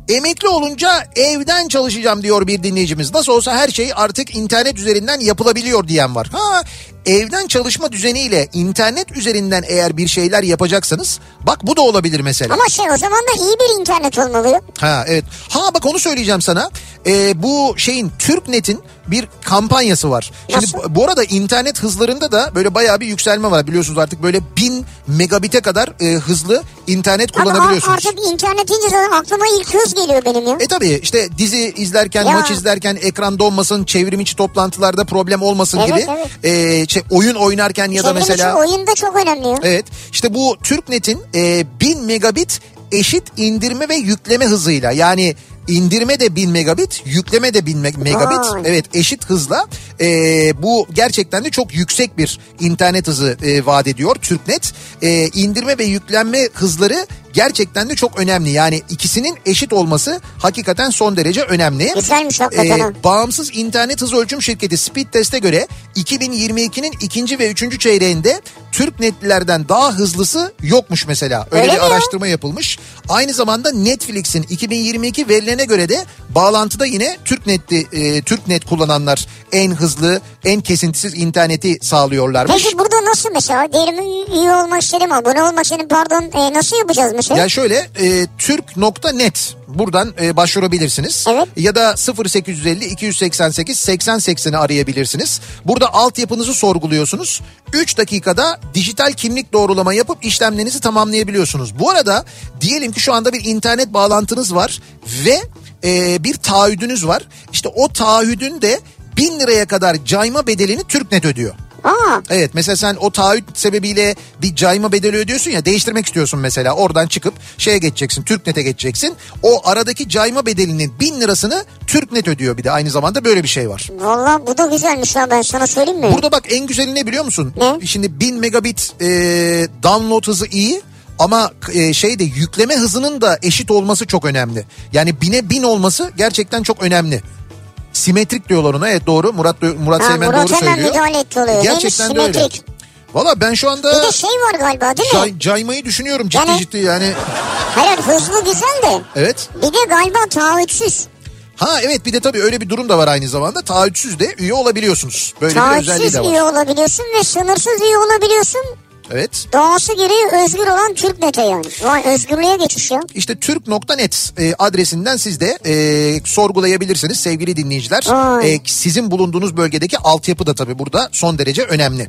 Emekli olunca evden çalışacağım diyor bir dinleyicimiz. Nasıl olsa her şey artık internet üzerinden yapılabiliyor diyen var. Ha, evden çalışma düzeniyle internet üzerinden eğer bir şeyler yapacaksanız bak bu da olabilir mesela. Ama şey o zaman da iyi bir internet olmalı. Ha evet. Ha bak onu söyleyeceğim sana. Ee, bu şeyin TürkNet'in bir kampanyası var. Şimdi Nasıl? bu arada internet hızlarında da böyle bayağı bir yükselme var biliyorsunuz artık böyle bin megabite kadar e, hızlı internet kullanabiliyorsunuz. Ama artık internet deyince zaten aklıma ilk hız geliyor benim ya. E tabii işte dizi izlerken, Ya. maç izlerken ekran donmasın, çevrim içi toplantılarda problem olmasın Evet, gibi. evet. E, şey, oyun oynarken ya da Çevrim içi mesela... oyun da çok önemli ya. Evet işte bu TürkNet'in e, bin megabit eşit indirme ve yükleme hızıyla yani indirme de bin megabit, yükleme de bin megabit. Vay. Evet eşit hızla e, bu gerçekten de çok yüksek bir internet hızı e, vaat ediyor TürkNet. E, indirme ve yüklenme hızları gerçekten de çok önemli. Yani ikisinin eşit olması hakikaten son derece önemli. Güzelmiş hakikaten. ha. Bağımsız internet hız ölçüm şirketi Speedtest'e göre iki bin yirmi ikinin ikinci ve üçüncü çeyreğinde TürkNet'lilerden daha hızlısı yokmuş mesela. Öyle, Öyle bir mi ya? araştırma yapılmış. Aynı zamanda Netflix'in iki bin yirmi iki verilerine göre de bağlantıda yine TürkNet'li e, TürkNet kullananlar en hızlı, en kesintisiz interneti sağlıyorlarmış. Peki burada nasıl mesela diyelim üye olmak istedim, abone olmak istedim pardon e, nasıl yapacağız mesela? Ya şöyle e, türk nokta net buradan e, başvurabilirsiniz. Evet. Ya da sıfır sekiz elli iki seksen sekiz seksen sekseni arayabilirsiniz. Burada altyapınızı sorguluyorsunuz. üç dakikada dijital kimlik doğrulama yapıp işlemlerinizi tamamlayabiliyorsunuz. Bu arada diyelim ki şu anda bir internet bağlantınız var ve e, bir taahhüdünüz var. İşte o taahhüdün de bin liraya kadar cayma bedelini TürkNet ödüyor. Aa, Evet mesela sen o taahhüt sebebiyle bir cayma bedeli ödüyorsun ya, değiştirmek istiyorsun mesela, oradan çıkıp şeye geçeceksin, TürkNet'e geçeceksin. O aradaki cayma bedelinin bin lirasını TürkNet ödüyor, bir de aynı zamanda böyle bir şey var. vallahi bu da güzelmiş ya, ben sana söyleyeyim mi? Burada bak en güzeli ne biliyor musun? Ne? Şimdi bin megabit e, download hızı iyi ama e, şeyde yükleme hızının da eşit olması çok önemli. Yani bine bin olması gerçekten çok önemli. Simetrik diyorlar ona, evet doğru, Murat Murat Ha, Seymen Murat doğru hemen söylüyor. müdahale etti oluyor. Gerçekten de Neymiş? öyle. Simetrik. Valla ben şu anda Bir de şey var galiba değil mi? cay, caymayı düşünüyorum ciddi Yani- ciddi yani. Hayır, hızlı güzel de. Evet. Bir de galiba taahhütsüz. Ha evet, bir de tabii öyle bir durum da var aynı zamanda. Taahhütsüz de üye olabiliyorsunuz. Böyle bir özelliği Taahhütsüz de var. üye olabiliyorsun ve sınırsız üye olabiliyorsun. Evet. Doğası gereği özgür olan TürkNet'e yani. Vay, özgürlüğe geçiş ya. İşte türk nokta net e, adresinden siz de e, sorgulayabilirsiniz sevgili dinleyiciler. Ay. E, sizin bulunduğunuz bölgedeki altyapı da tabii burada son derece önemli.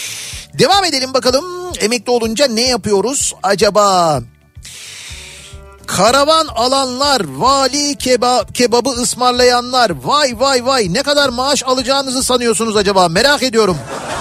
Devam edelim bakalım, emekli olunca ne yapıyoruz acaba? Karavan alanlar, vali keba, kebabı ısmarlayanlar, vay vay vay, ne kadar maaş alacağınızı sanıyorsunuz acaba, merak ediyorum.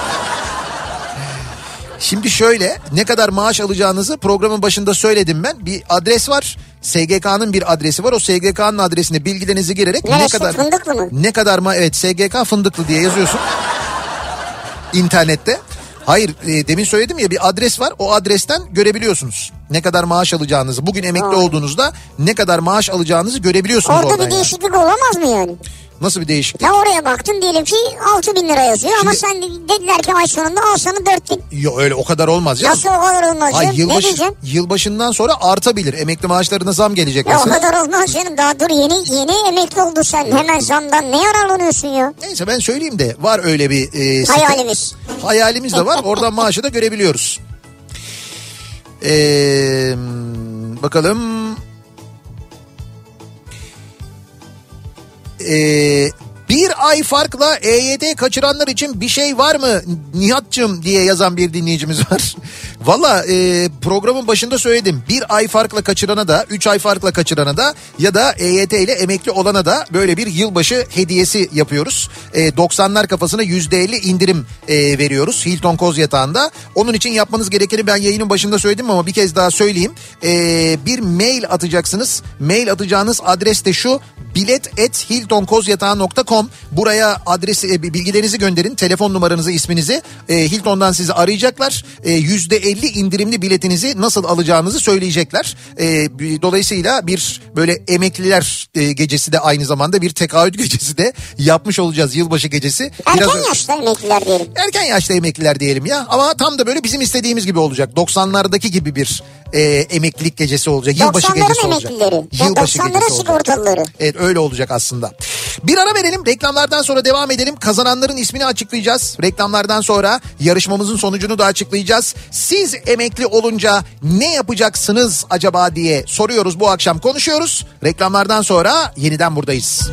Şimdi şöyle, ne kadar maaş alacağınızı programın başında söyledim ben. Bir adres var. S G K'nın bir adresi var. O S G K'nın adresine bilgilerinizi girerek Neresi, ne kadar Fındıklı mı? Ne kadar ma evet S G K Fındıklı diye yazıyorsun internette. Hayır, e, demin söyledim ya, bir adres var. O adresten görebiliyorsunuz ne kadar maaş alacağınızı. Bugün emekli Aa. olduğunuzda ne kadar maaş alacağınızı görebiliyorsunuz Orada oradan bir yani. değişiklik olamaz mı yani? Nasıl bir değişiklik? Ya oraya baktın diyelim ki altı bin lira yazıyor ama Şimdi- sen de- dediler ki ay sonunda al sana dört bin. Yok öyle, o kadar olmaz ya. Nasıl o kadar olmaz Ay, canım? Ne yılbaşı, diyeceğim? yılbaşından sonra artabilir. Emekli maaşlarına zam gelecek Ya o mesela. kadar olmaz canım, daha dur yeni yeni emekli oldun sen, hemen zamdan ne yararlanıyorsun ya? Neyse ben söyleyeyim de var öyle bir e, site. Hayalimiz. Hayalimiz de var. Oradan maaşı da görebiliyoruz. Ee, bakalım. Ee, bir ay farkla E Y T kaçıranlar için bir şey var mı Nihat'cığım diye yazan bir dinleyicimiz var. Valla e, programın başında söyledim. Bir ay farkla kaçırana da, üç ay farkla kaçırana da ya da E Y T ile emekli olana da böyle bir yılbaşı hediyesi yapıyoruz. E, doksanlar kafasına yüzde elli indirim e, veriyoruz Hilton Kozyatağı'nda. Onun için yapmanız gerekeni ben yayının başında söyledim ama bir kez daha söyleyeyim. E, bir mail atacaksınız. Mail atacağınız adres de şu: bilet at hilton kozyatağı nokta com. Buraya adresi, e, bilgilerinizi gönderin. Telefon numaranızı, isminizi. E, Hilton'dan sizi arayacaklar. E, yüzde elli indirimli biletinizi nasıl alacağınızı söyleyecekler. E, dolayısıyla bir böyle emekliler e, gecesi de aynı zamanda bir tekahüt gecesi de yapmış olacağız. Yılbaşı gecesi. Erken Biraz, yaşta emekliler diyelim. Erken yaşta emekliler diyelim ya. Ama tam da böyle bizim istediğimiz gibi olacak. doksanlardaki gibi bir e, emeklilik gecesi olacak. Yılbaşı gecesi olacak. Emeklileri. Yılbaşı doksanlara gecesi olacak. sigortalıları. Evet, öyle olacak aslında. Bir ara verelim, reklamlardan sonra devam edelim. Kazananların ismini açıklayacağız. Reklamlardan sonra yarışmamızın sonucunu da açıklayacağız. Siz emekli olunca ne yapacaksınız acaba diye soruyoruz, bu akşam konuşuyoruz. Reklamlardan sonra yeniden buradayız.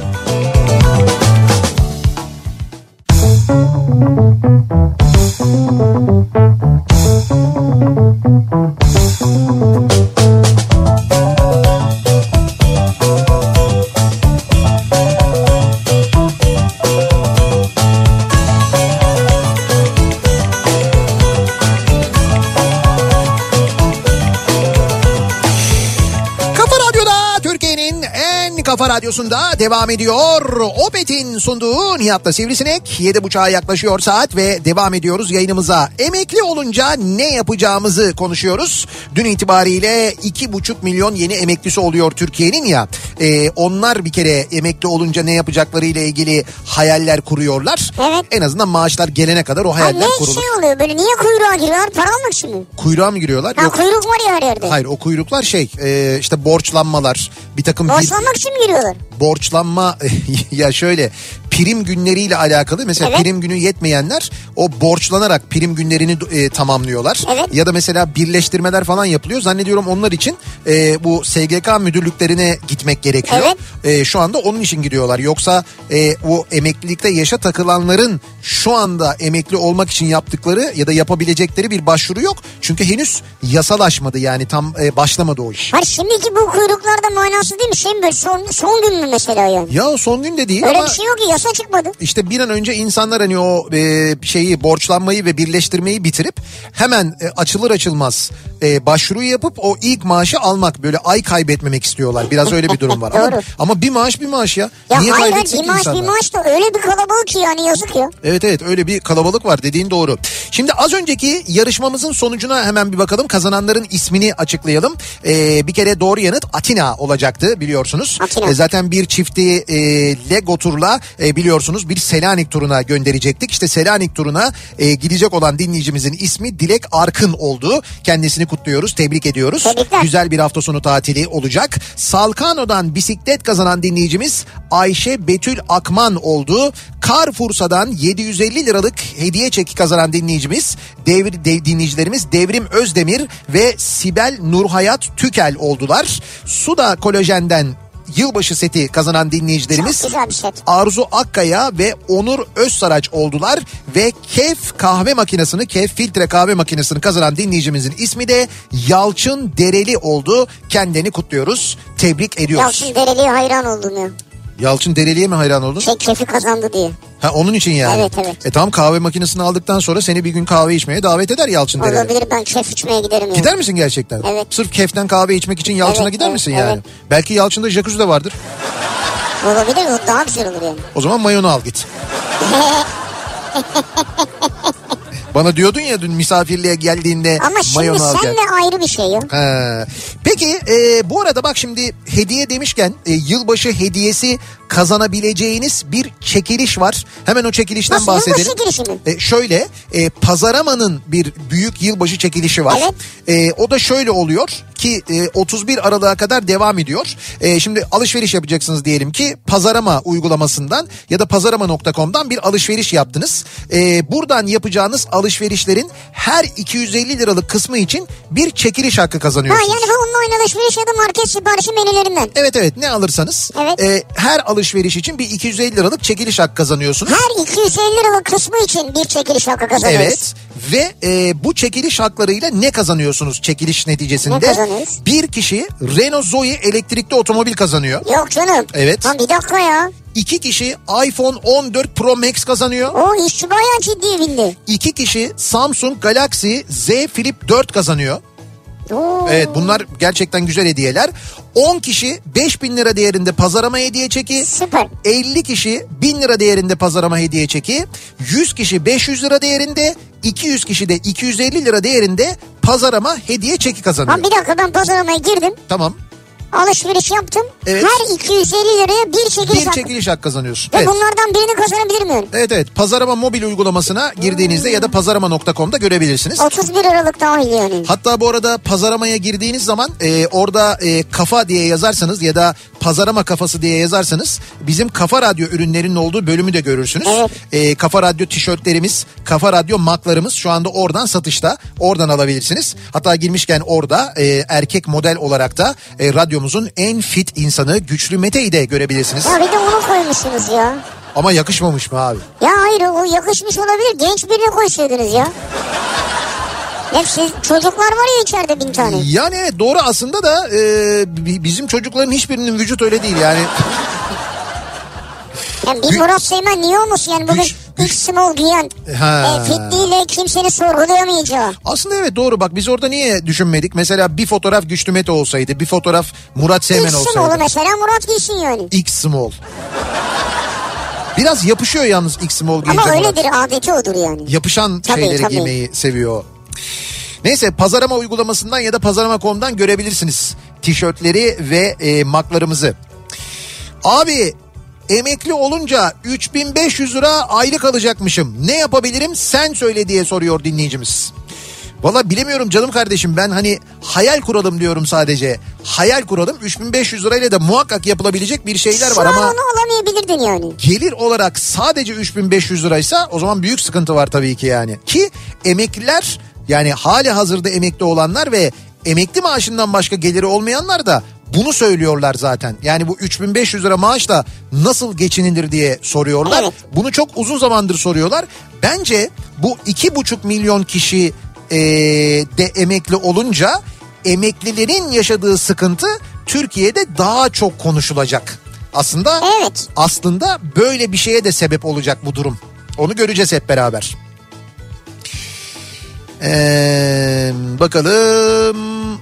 Kafa Radyosu'nda devam ediyor. Opet'in sunduğu Nihat'la Sivrisinek. Yedi buçuğa yaklaşıyor saat ve devam ediyoruz yayınımıza. Emekli olunca ne yapacağımızı konuşuyoruz. Dün itibariyle iki buçuk milyon yeni emeklisi oluyor Türkiye'nin ya. Ee, onlar bir kere emekli olunca ne yapacakları ile ilgili hayaller kuruyorlar. Evet. En azından maaşlar gelene kadar o hayaller ha, ne kurulur. Ne şey oluyor böyle, niye kuyruğa giriyorlar? Para almak için mi? Kuyruğa mı giriyorlar? Ha, Yok. kuyruk var ya her yerde. Hayır, o kuyruklar şey e, işte borçlanmalar, bir takım... Borçlanmak bir... için mi giriyorlar? Borçlanma ya şöyle prim günleriyle alakalı mesela evet. Prim günü yetmeyenler o borçlanarak prim günlerini e, tamamlıyorlar. Evet. Ya da mesela birleştirmeler falan yapılıyor. Zannediyorum onlar için e, bu S G K müdürlüklerine gitmek gerekiyor. Evet. E, şu anda onun için giriyorlar. Yoksa e, o emeklilikte yaşa takılanların şu anda emekli olmak için yaptıkları ya da yapabilecekleri bir başvuru yok. Çünkü henüz yasalaşmadı, yani tam e, başlamadı o iş. Hayır, şimdiki bu kuyruklarda manası değil mi? Şey mi böyle son, son gün mü mesela yani? Ya son gün de değil öyle ama... bir şey yok ki, yasa çıkmadı. İşte bir an önce insanlar hani o e, şeyi borçlanmayı ve birleştirmeyi bitirip hemen e, açılır açılmaz e, başvuruyu yapıp o ilk maaşı almak, böyle ay kaybetmemek istiyorlar. Biraz öyle bir durum var. Doğru. Ama, ama bir maaş bir maaş ya. Ya Niye hayır, kaybetsin bir maaş insanlar? bir maaş da öyle bir kalabalık ki yani, yazık ya. Evet evet, öyle bir kalabalık var, dediğin doğru. Şimdi az önceki yarışmamızın sonucuna hemen bir bakalım. Kazananların ismini açıklayalım. Ee, bir kere doğru yanıt Atina olacaktı biliyorsunuz. Atina. Ee, zaten bir çifti e, Lego turla e, biliyorsunuz bir Selanik turuna gönderecektik. İşte Selanik turuna e, gidecek olan dinleyicimizin ismi Dilek Arkın oldu. Kendisini kutluyoruz, tebrik ediyoruz. Tebrikler. Güzel bir hafta sonu tatili olacak. Salkano'dan bisiklet kazanan dinleyicimiz Ayşe Betül Akman oldu. Carrefour'dan yedi yüz elli liralık hediye çeki kazanan dinleyicimiz devir, dev, dinleyicilerimiz Devrim Özdemir ve Sibel Nurhayat Tükel oldular. Suda Kolajen'den yılbaşı seti kazanan dinleyicilerimiz çok güzel bir set. Arzu Akkaya ve Onur Özsaraç oldular ve Kef kahve makinesini, Kef filtre kahve makinesini kazanan dinleyicimizin ismi de Yalçın Dereli oldu. Kendini kutluyoruz, tebrik ediyoruz. Yalçın Dereli'ye hayran oldum ya. Yalçın Dereli'ye mi hayran oldun? Şey, Kef'i kazandı diye. Ha, onun için yani. Evet evet. E tam kahve makinesini aldıktan sonra seni bir gün kahve içmeye davet eder Yalçın Dereli. Olabilir, ben Kef içmeye giderim yani. Gider misin gerçekten? Evet. Sırf Kef'ten kahve içmek için Yalçın'a evet, gider evet, misin evet. yani? Belki Yalçın'da jacuzzi de vardır. Olabilir, o daha güzel olur yani. O zaman mayonu al git. Bana diyordun ya dün misafirliğe geldiğinde ama şimdi senle ayrı bir şey ya. He. Peki e, bu arada bak şimdi hediye demişken e, yılbaşı hediyesi kazanabileceğiniz bir çekiliş var. Hemen o çekilişten Nasıl, bahsedelim. yılbaşı çekilişi mi? E, şöyle e, Pazarama'nın bir büyük yılbaşı çekilişi var. Evet. E, o da şöyle oluyor ki e, otuz bir Aralık'a kadar devam ediyor. E, şimdi alışveriş yapacaksınız diyelim ki Pazarama uygulamasından ya da pazarama nokta com'dan bir alışveriş yaptınız. E, buradan yapacağınız alışverişlerin her iki yüz elli liralık kısmı için bir çekiliş hakkı kazanıyorsunuz. Ha, yani bu online alışveriş ya da market siparişi menülerinden. Evet evet, ne alırsanız evet. e, her alışveriş için bir iki yüz elli liralık çekiliş hakkı kazanıyorsunuz. Her iki yüz elli liralık kısmı için bir çekiliş hakkı kazanıyoruz. Evet ve e, bu çekiliş haklarıyla ne kazanıyorsunuz çekiliş neticesinde? Ne kazanıyoruz? Bir kişi Renault Zoe elektrikli otomobil kazanıyor. Yok canım. Evet. Lan bir dakika ya. İki kişi iPhone on dört Pro Max kazanıyor. O işçi bayağı ciddi bindi. İki kişi Samsung Galaxy Z Flip dört kazanıyor. Oo. Evet, bunlar gerçekten güzel hediyeler. on kişi beş bin lira değerinde pazarama hediye çeki. Süper. elli kişi bin lira değerinde pazarama hediye çeki. yüz kişi beş yüz lira değerinde. iki yüz kişi de iki yüz elli lira değerinde pazarama hediye çeki kazanıyor. Ha bir dakika, ben pazaramaya girdim. Tamam. Alışveriş yaptım. Evet. Her iki yüz elli liraya bir çekiliş Bir hakkı. çekiliş hakkı kazanıyorsun. Ve Evet. bunlardan birini kazanabilir miyim? Evet evet, Pazarama mobil uygulamasına girdiğinizde ya da pazarama nokta com'da görebilirsiniz. otuz bir Aralık dahil yani. Hatta bu arada pazaramaya girdiğiniz zaman e, orada e, kafa diye yazarsanız ya da pazarama kafası diye yazarsanız bizim Kafa Radyo ürünlerinin olduğu bölümü de görürsünüz. Evet. E, Kafa Radyo tişörtlerimiz, Kafa Radyo maklarımız şu anda oradan satışta. Oradan alabilirsiniz. Hatta girmişken orada e, erkek model olarak da e, radyomuzun en fit insanı Güçlü Mete'yi de görebilirsiniz. Ya bir de onu koymuşsunuz ya. Ama yakışmamış mı abi? Ya hayır, o yakışmış olabilir. Genç birine koysaydınız ya. Hep siz, çocuklar var ya içeride bin tane. Yani evet, doğru aslında da e, bizim çocukların hiçbirinin vücut öyle değil yani. Yani bir Murat Seymen niye olmasın yani bugün Güç, güç. X small giyen Ha. e, fitliğiyle kimsenin sorgulayamayacağı. Aslında evet, doğru, bak biz orada niye düşünmedik? Mesela bir fotoğraf Güçlü Mete olsaydı, bir fotoğraf Murat Seymen X olsaydı. small'u mesela Murat giysin yani. X small. Biraz yapışıyor yalnız X small giyince. Ama Murat. öyledir, adeti odur yani. Yapışan Tabii, şeyleri tabii. giymeyi seviyor. Neyse, pazarama uygulamasından ya da pazarama nokta com'dan görebilirsiniz tişörtleri ve e, maklarımızı. Abi emekli olunca üç bin beş yüz lira aylık alacakmışım. Ne yapabilirim sen söyle diye soruyor dinleyicimiz. Valla bilemiyorum canım kardeşim, ben hani hayal kuralım diyorum sadece. Hayal kuralım, üç bin beş yüz lirayla da muhakkak yapılabilecek bir şeyler Şu var an ama... onu alamayabilirdin yani. Gelir olarak sadece üç bin beş yüz liraysa o zaman büyük sıkıntı var tabii ki yani. Ki emekliler, yani hali hazırda emekli olanlar ve emekli maaşından başka geliri olmayanlar da bunu söylüyorlar zaten. Yani bu üç bin beş yüz lira maaşla nasıl geçinilir diye soruyorlar. Evet. Bunu çok uzun zamandır soruyorlar. Bence bu iki buçuk milyon kişi e, de emekli olunca emeklilerin yaşadığı sıkıntı Türkiye'de daha çok konuşulacak. Aslında Evet. aslında böyle bir şeye de sebep olacak bu durum. Onu göreceğiz hep beraber. Ee, bakalım.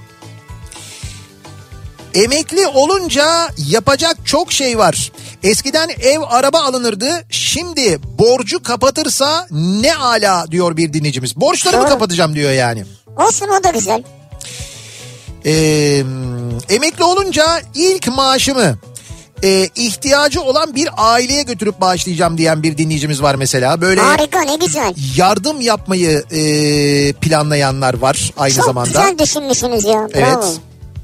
Emekli olunca yapacak çok şey var. Eskiden ev araba alınırdı. Şimdi borcu kapatırsa ne ala diyor bir dinleyicimiz. Borçlarımı Doğru. kapatacağım diyor yani. Olsun, o da güzel. Ee, emekli olunca ilk maaşımı e, ihtiyacı olan bir aileye götürüp bağışlayacağım diyen bir dinleyicimiz var mesela. Böyle Harika, ne güzel. yardım yapmayı e, planlayanlar var aynı Çok zamanda. güzel düşünmüşsünüz ya. Bravo. Evet.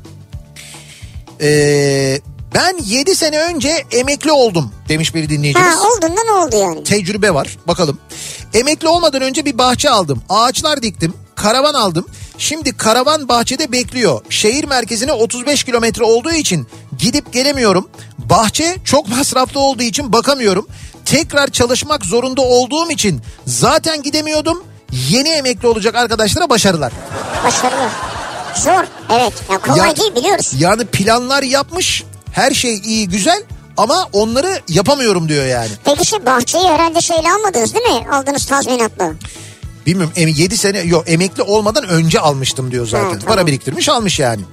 Ee, ben yedi sene önce emekli oldum demiş bir dinleyicimiz. Ha, oldun da ne oldu yani? Tecrübe var, bakalım. Emekli olmadan önce bir bahçe aldım. Ağaçlar diktim. Karavan aldım. Şimdi karavan bahçede bekliyor. Şehir merkezine otuz beş kilometre olduğu için gidip gelemiyorum. Bahçe çok masraflı olduğu için bakamıyorum. Tekrar çalışmak zorunda olduğum için zaten gidemiyordum. Yeni emekli olacak arkadaşlara başarılar. Başarılı. Zor. Evet. Ya kolay Ya- değil, biliyoruz. Yani planlar yapmış. Her şey iyi güzel ama onları yapamıyorum diyor yani. Peki şey, bahçeyi herhalde şeyle almadınız değil mi? Aldığınız tazminatla. Bilmiyorum, yedi sene yok, emekli olmadan önce almıştım diyor zaten. Ha, tamam. Para biriktirmiş almış yani.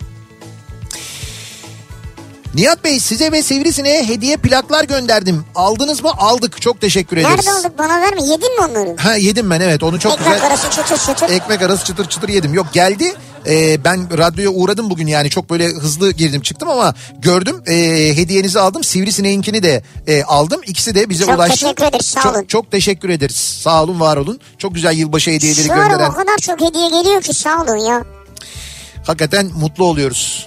Nihat Bey, size ve Sivrisine'ye hediye plaklar gönderdim. Aldınız mı? Aldık. Çok teşekkür ederiz. Nerede aldık, bana verme. Yedin mi onları? Ha, yedim ben, evet, onu çok Ekmek güzel. arası çıtır çıtır. Ekmek arası çıtır çıtır yedim. Yok, geldi. Ee, ben radyoya uğradım bugün, yani çok böyle hızlı girdim çıktım ama gördüm. Ee, hediyenizi aldım. Sivrisineğinkini de e, aldım. İkisi de bize Çok ulaştı. teşekkür ederiz, sağ çok, olun. Çok teşekkür ederiz. Sağ olun, var olun. Çok güzel yılbaşı hediyeleri Şu ara gönderen. o kadar çok hediye geliyor ki, sağ olun ya. Hakikaten mutlu oluyoruz.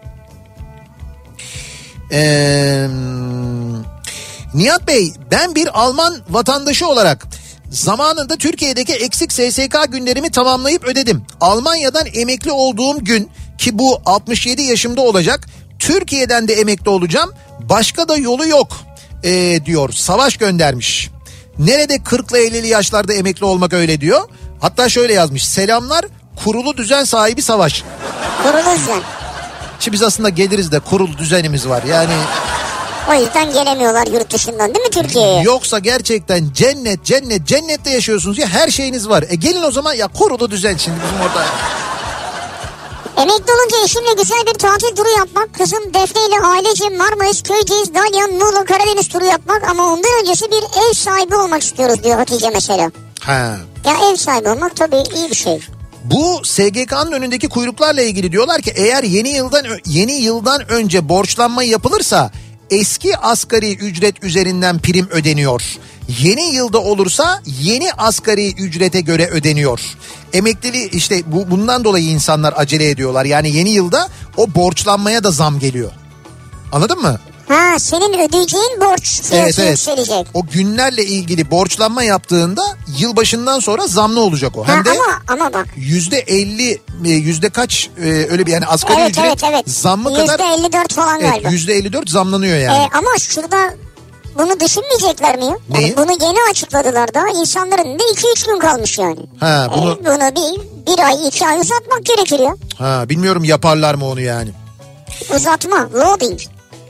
Ee, Nihat Bey, ben bir Alman vatandaşı olarak zamanında Türkiye'deki eksik S S K günlerimi tamamlayıp ödedim. Almanya'dan emekli olduğum gün, ki bu altmış yedi yaşımda olacak, Türkiye'den de emekli olacağım. Başka da yolu yok ee, diyor. Savaş göndermiş. Nerede kırklı ellili yaşlarda emekli olmak öyle diyor. Hatta şöyle yazmış: selamlar kurulu düzen sahibi Savaş. Kurulu düzen. Şimdi biz aslında geliriz de kurul düzenimiz var yani. O yüzden gelemiyorlar yurt dışından değil mi Türkiye'ye? Yoksa gerçekten cennet cennet cennette yaşıyorsunuz ya, her şeyiniz var. E gelin o zaman, ya kurulu düzen şimdi bizim orada. Emekli olunca eşimle güzel bir tatil turu yapmak. Kızım Defne ile ailece Marmaris, Köyceğiz, Dalyan, Muğla, Karadeniz turu yapmak. Ama ondan öncesi bir ev sahibi olmak istiyoruz diyor Hatice mesela. Ha. Ya ev sahibi olmak tabii iyi bir şey. Bu S G K'nın önündeki kuyruklarla ilgili diyorlar ki eğer yeni yıldan yeni yıldan önce borçlanma yapılırsa eski asgari ücret üzerinden prim ödeniyor. Yeni yılda olursa yeni asgari ücrete göre ödeniyor. Emekliliği işte bu, bundan dolayı insanlar acele ediyorlar. Yani yeni yılda o borçlanmaya da zam geliyor. Anladın mı? Ha, senin ödeyeceğin borç fiyatı evet, evet. yükselecek. O günlerle ilgili borçlanma yaptığında yılbaşından sonra zamlı olacak o. Hem ha, de ama, ama bak. yüzde elli yüzde kaç öyle bir yani asgari evet, ücret evet, evet. zammı kadar. yüzde elli dört falan evet, galiba. yüzde elli dört zamlanıyor yani. Ee, ama şurada bunu düşünmeyecekler mi? Yani bunu yeni açıkladılar da insanların da iki üç gün kalmış yani. Ha, bunu... Ee, bunu bir, bir ay iki ay uzatmak gerekiyor. Ha, bilmiyorum yaparlar mı onu yani. Uzatma, loading.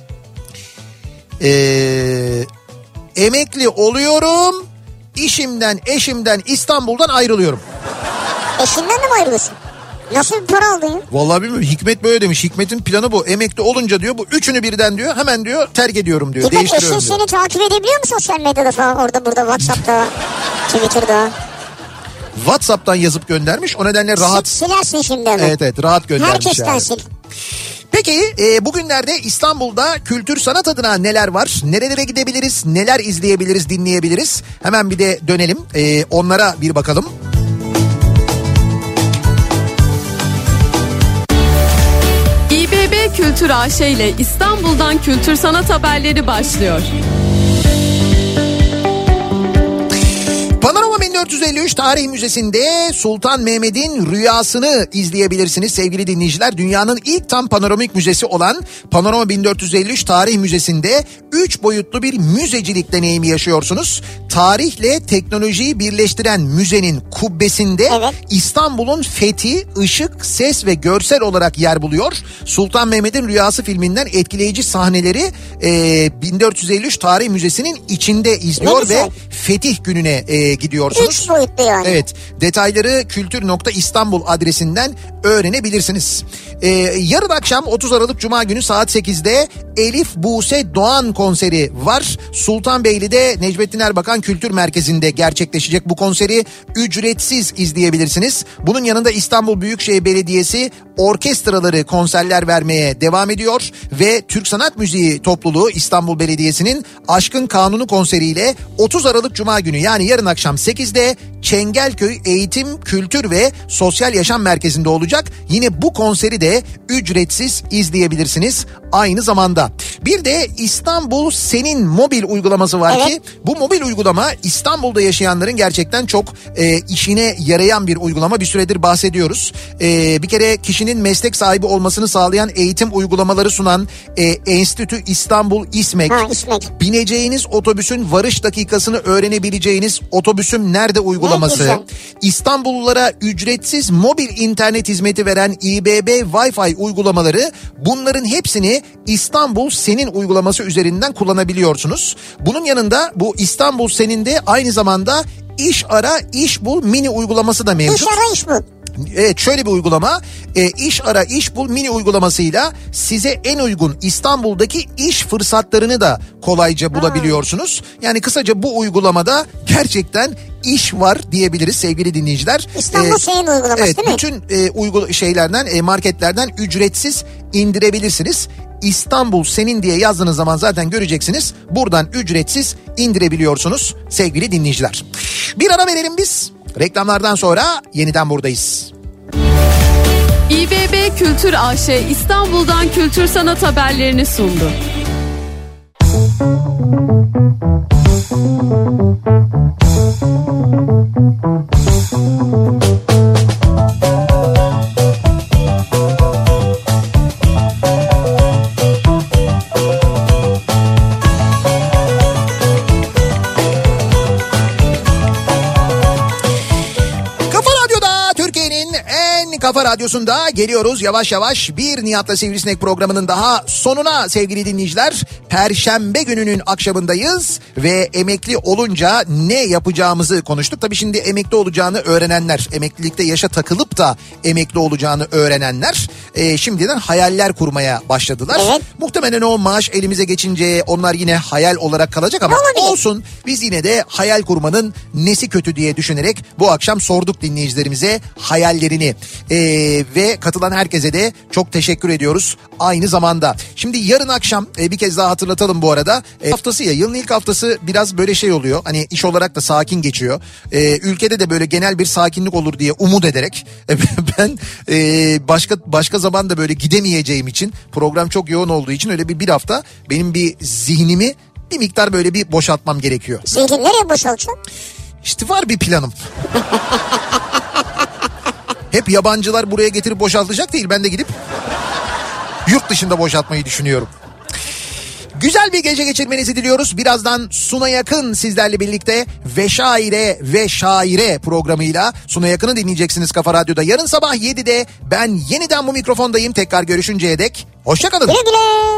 Ee, emekli oluyorum, işimden, eşimden, İstanbul'dan ayrılıyorum. Eşinden de mi ayrılıyorsun? Nasıl bir para aldın ya? Vallahi bilmiyorum. Hikmet böyle demiş. Hikmet'in planı bu. Emekli olunca diyor bu üçünü birden diyor hemen diyor terk ediyorum diyor. Hikmet, eşin diyor. seni takip edebiliyor mu sosyal medyada falan, orada burada WhatsApp'ta, Twitter'da? WhatsApp'tan yazıp göndermiş. O nedenle rahat. Silersin şimdi hemen. Evet evet rahat göndermiş. Herkesten yani. sil. Peki e, bugünlerde İstanbul'da kültür sanat adına neler var? Nerelere gidebiliriz? Neler izleyebiliriz, dinleyebiliriz? Hemen bir de dönelim. E, onlara bir bakalım. İ B B Kültür A Ş ile İstanbul'dan kültür sanat haberleri başlıyor. Panorama bin dört yüz elli üç Tarih Müzesi'nde Sultan Mehmet'in rüyasını izleyebilirsiniz sevgili dinleyiciler. Dünyanın ilk tam panoramik müzesi olan Panorama bin dört yüz elli üç Tarih Müzesi'nde üç boyutlu bir müzecilik deneyimi yaşıyorsunuz. Tarihle teknolojiyi birleştiren müzenin kubbesinde evet. İstanbul'un fethi, ışık, ses ve görsel olarak yer buluyor. Sultan Mehmet'in Rüyası filminden etkileyici sahneleri e, bin dört yüz elli üç Tarih Müzesi'nin içinde izliyor ve Fetih gününe e, gidiyorsunuz. Üç boyutlu yani. Evet, detayları kültür nokta istanbul adresinden öğrenebilirsiniz. Ee, yarın akşam otuz Aralık Cuma günü saat sekizde Elif Buse Doğan konseri var. Sultanbeyli'de Necmettin Erbakan Kültür Merkezi'nde gerçekleşecek bu konseri ücretsiz izleyebilirsiniz. Bunun yanında İstanbul Büyükşehir Belediyesi orkestraları konserler vermeye devam ediyor ve Türk Sanat Müziği Topluluğu İstanbul Belediyesi'nin Aşkın Kanunu konseriyle otuz Aralık Cuma günü yani yarın akşam sekizde Çengelköy Eğitim, Kültür ve Sosyal Yaşam Merkezi'nde olacak. Yine bu konseri de ücretsiz izleyebilirsiniz aynı zamanda. Bir de İstanbul Senin mobil uygulaması var evet. ki bu mobil uygulama İstanbul'da yaşayanların gerçekten çok e, işine yarayan bir uygulama. Bir süredir bahsediyoruz. E, bir kere kişinin meslek sahibi olmasını sağlayan eğitim uygulamaları sunan e, Enstitü İstanbul İSMEK, ha, İSMEK, bineceğiniz otobüsün varış dakikasını öğrenebileceğiniz Otobüsüm Nerede uygulaması, İstanbullulara ücretsiz mobil internet hizmeti veren İ B B Wi-Fi uygulamaları, bunların hepsini İstanbul Senin uygulaması üzerinden kullanabiliyorsunuz. Bunun yanında bu İstanbul Senin'de aynı zamanda İş Ara İş Bul mini uygulaması da mevcut. İş Ara İş Bul. Evet, şöyle bir uygulama, e, İş Ara İş Bul mini uygulamasıyla size en uygun İstanbul'daki iş fırsatlarını da kolayca bulabiliyorsunuz. Yani kısaca bu uygulamada gerçekten iş var diyebiliriz sevgili dinleyiciler. İstanbul ee, Senin uygulaması evet, değil mi? Bütün e, uygula şeylerden e, marketlerden ücretsiz indirebilirsiniz. İstanbul Senin diye yazdığınız zaman zaten göreceksiniz. Buradan ücretsiz indirebiliyorsunuz sevgili dinleyiciler. Bir ara verelim biz. Reklamlardan sonra yeniden buradayız. İ B B Kültür A Ş İstanbul'dan kültür sanat haberlerini sundu. Kafa Radyosu'nda geliyoruz yavaş yavaş bir Nihat'la Sivrisinek programının daha sonuna sevgili dinleyiciler. Perşembe gününün akşamındayız ve emekli olunca ne yapacağımızı konuştuk. Tabii şimdi emekli olacağını öğrenenler, emeklilikte yaşa takılıp da emekli olacağını öğrenenler e, şimdiden hayaller kurmaya başladılar. Evet. Muhtemelen o maaş elimize geçince onlar yine hayal olarak kalacak ama olabilir. Olsun, biz yine de hayal kurmanın nesi kötü diye düşünerek bu akşam sorduk dinleyicilerimize hayallerini. Ee, ve katılan herkese de çok teşekkür ediyoruz aynı zamanda. Şimdi yarın akşam e, bir kez daha hatırlatalım bu arada. E, haftası ya, yılın ilk haftası biraz böyle şey oluyor. Hani iş olarak da sakin geçiyor. E, ülkede de böyle genel bir sakinlik olur diye umut ederek e, ben e, başka başka zaman da böyle gidemeyeceğim için, program çok yoğun olduğu için öyle bir bir hafta benim bir zihnimi bir miktar böyle bir boşaltmam gerekiyor. Zihnin nereye boşaltacak? İşte var bir planım. Hep yabancılar buraya getirip boşaltacak değil. Ben de gidip yurt dışında boşaltmayı düşünüyorum. Güzel bir gece geçirmenizi diliyoruz. Birazdan Suna Yakın sizlerle birlikte Ve Şaire Ve Şaire programıyla Suna Yakın'ı dinleyeceksiniz Kafa Radyo'da. Yarın sabah yedide ben yeniden bu mikrofondayım. Tekrar görüşünceye dek hoşça kalın. Güle güle.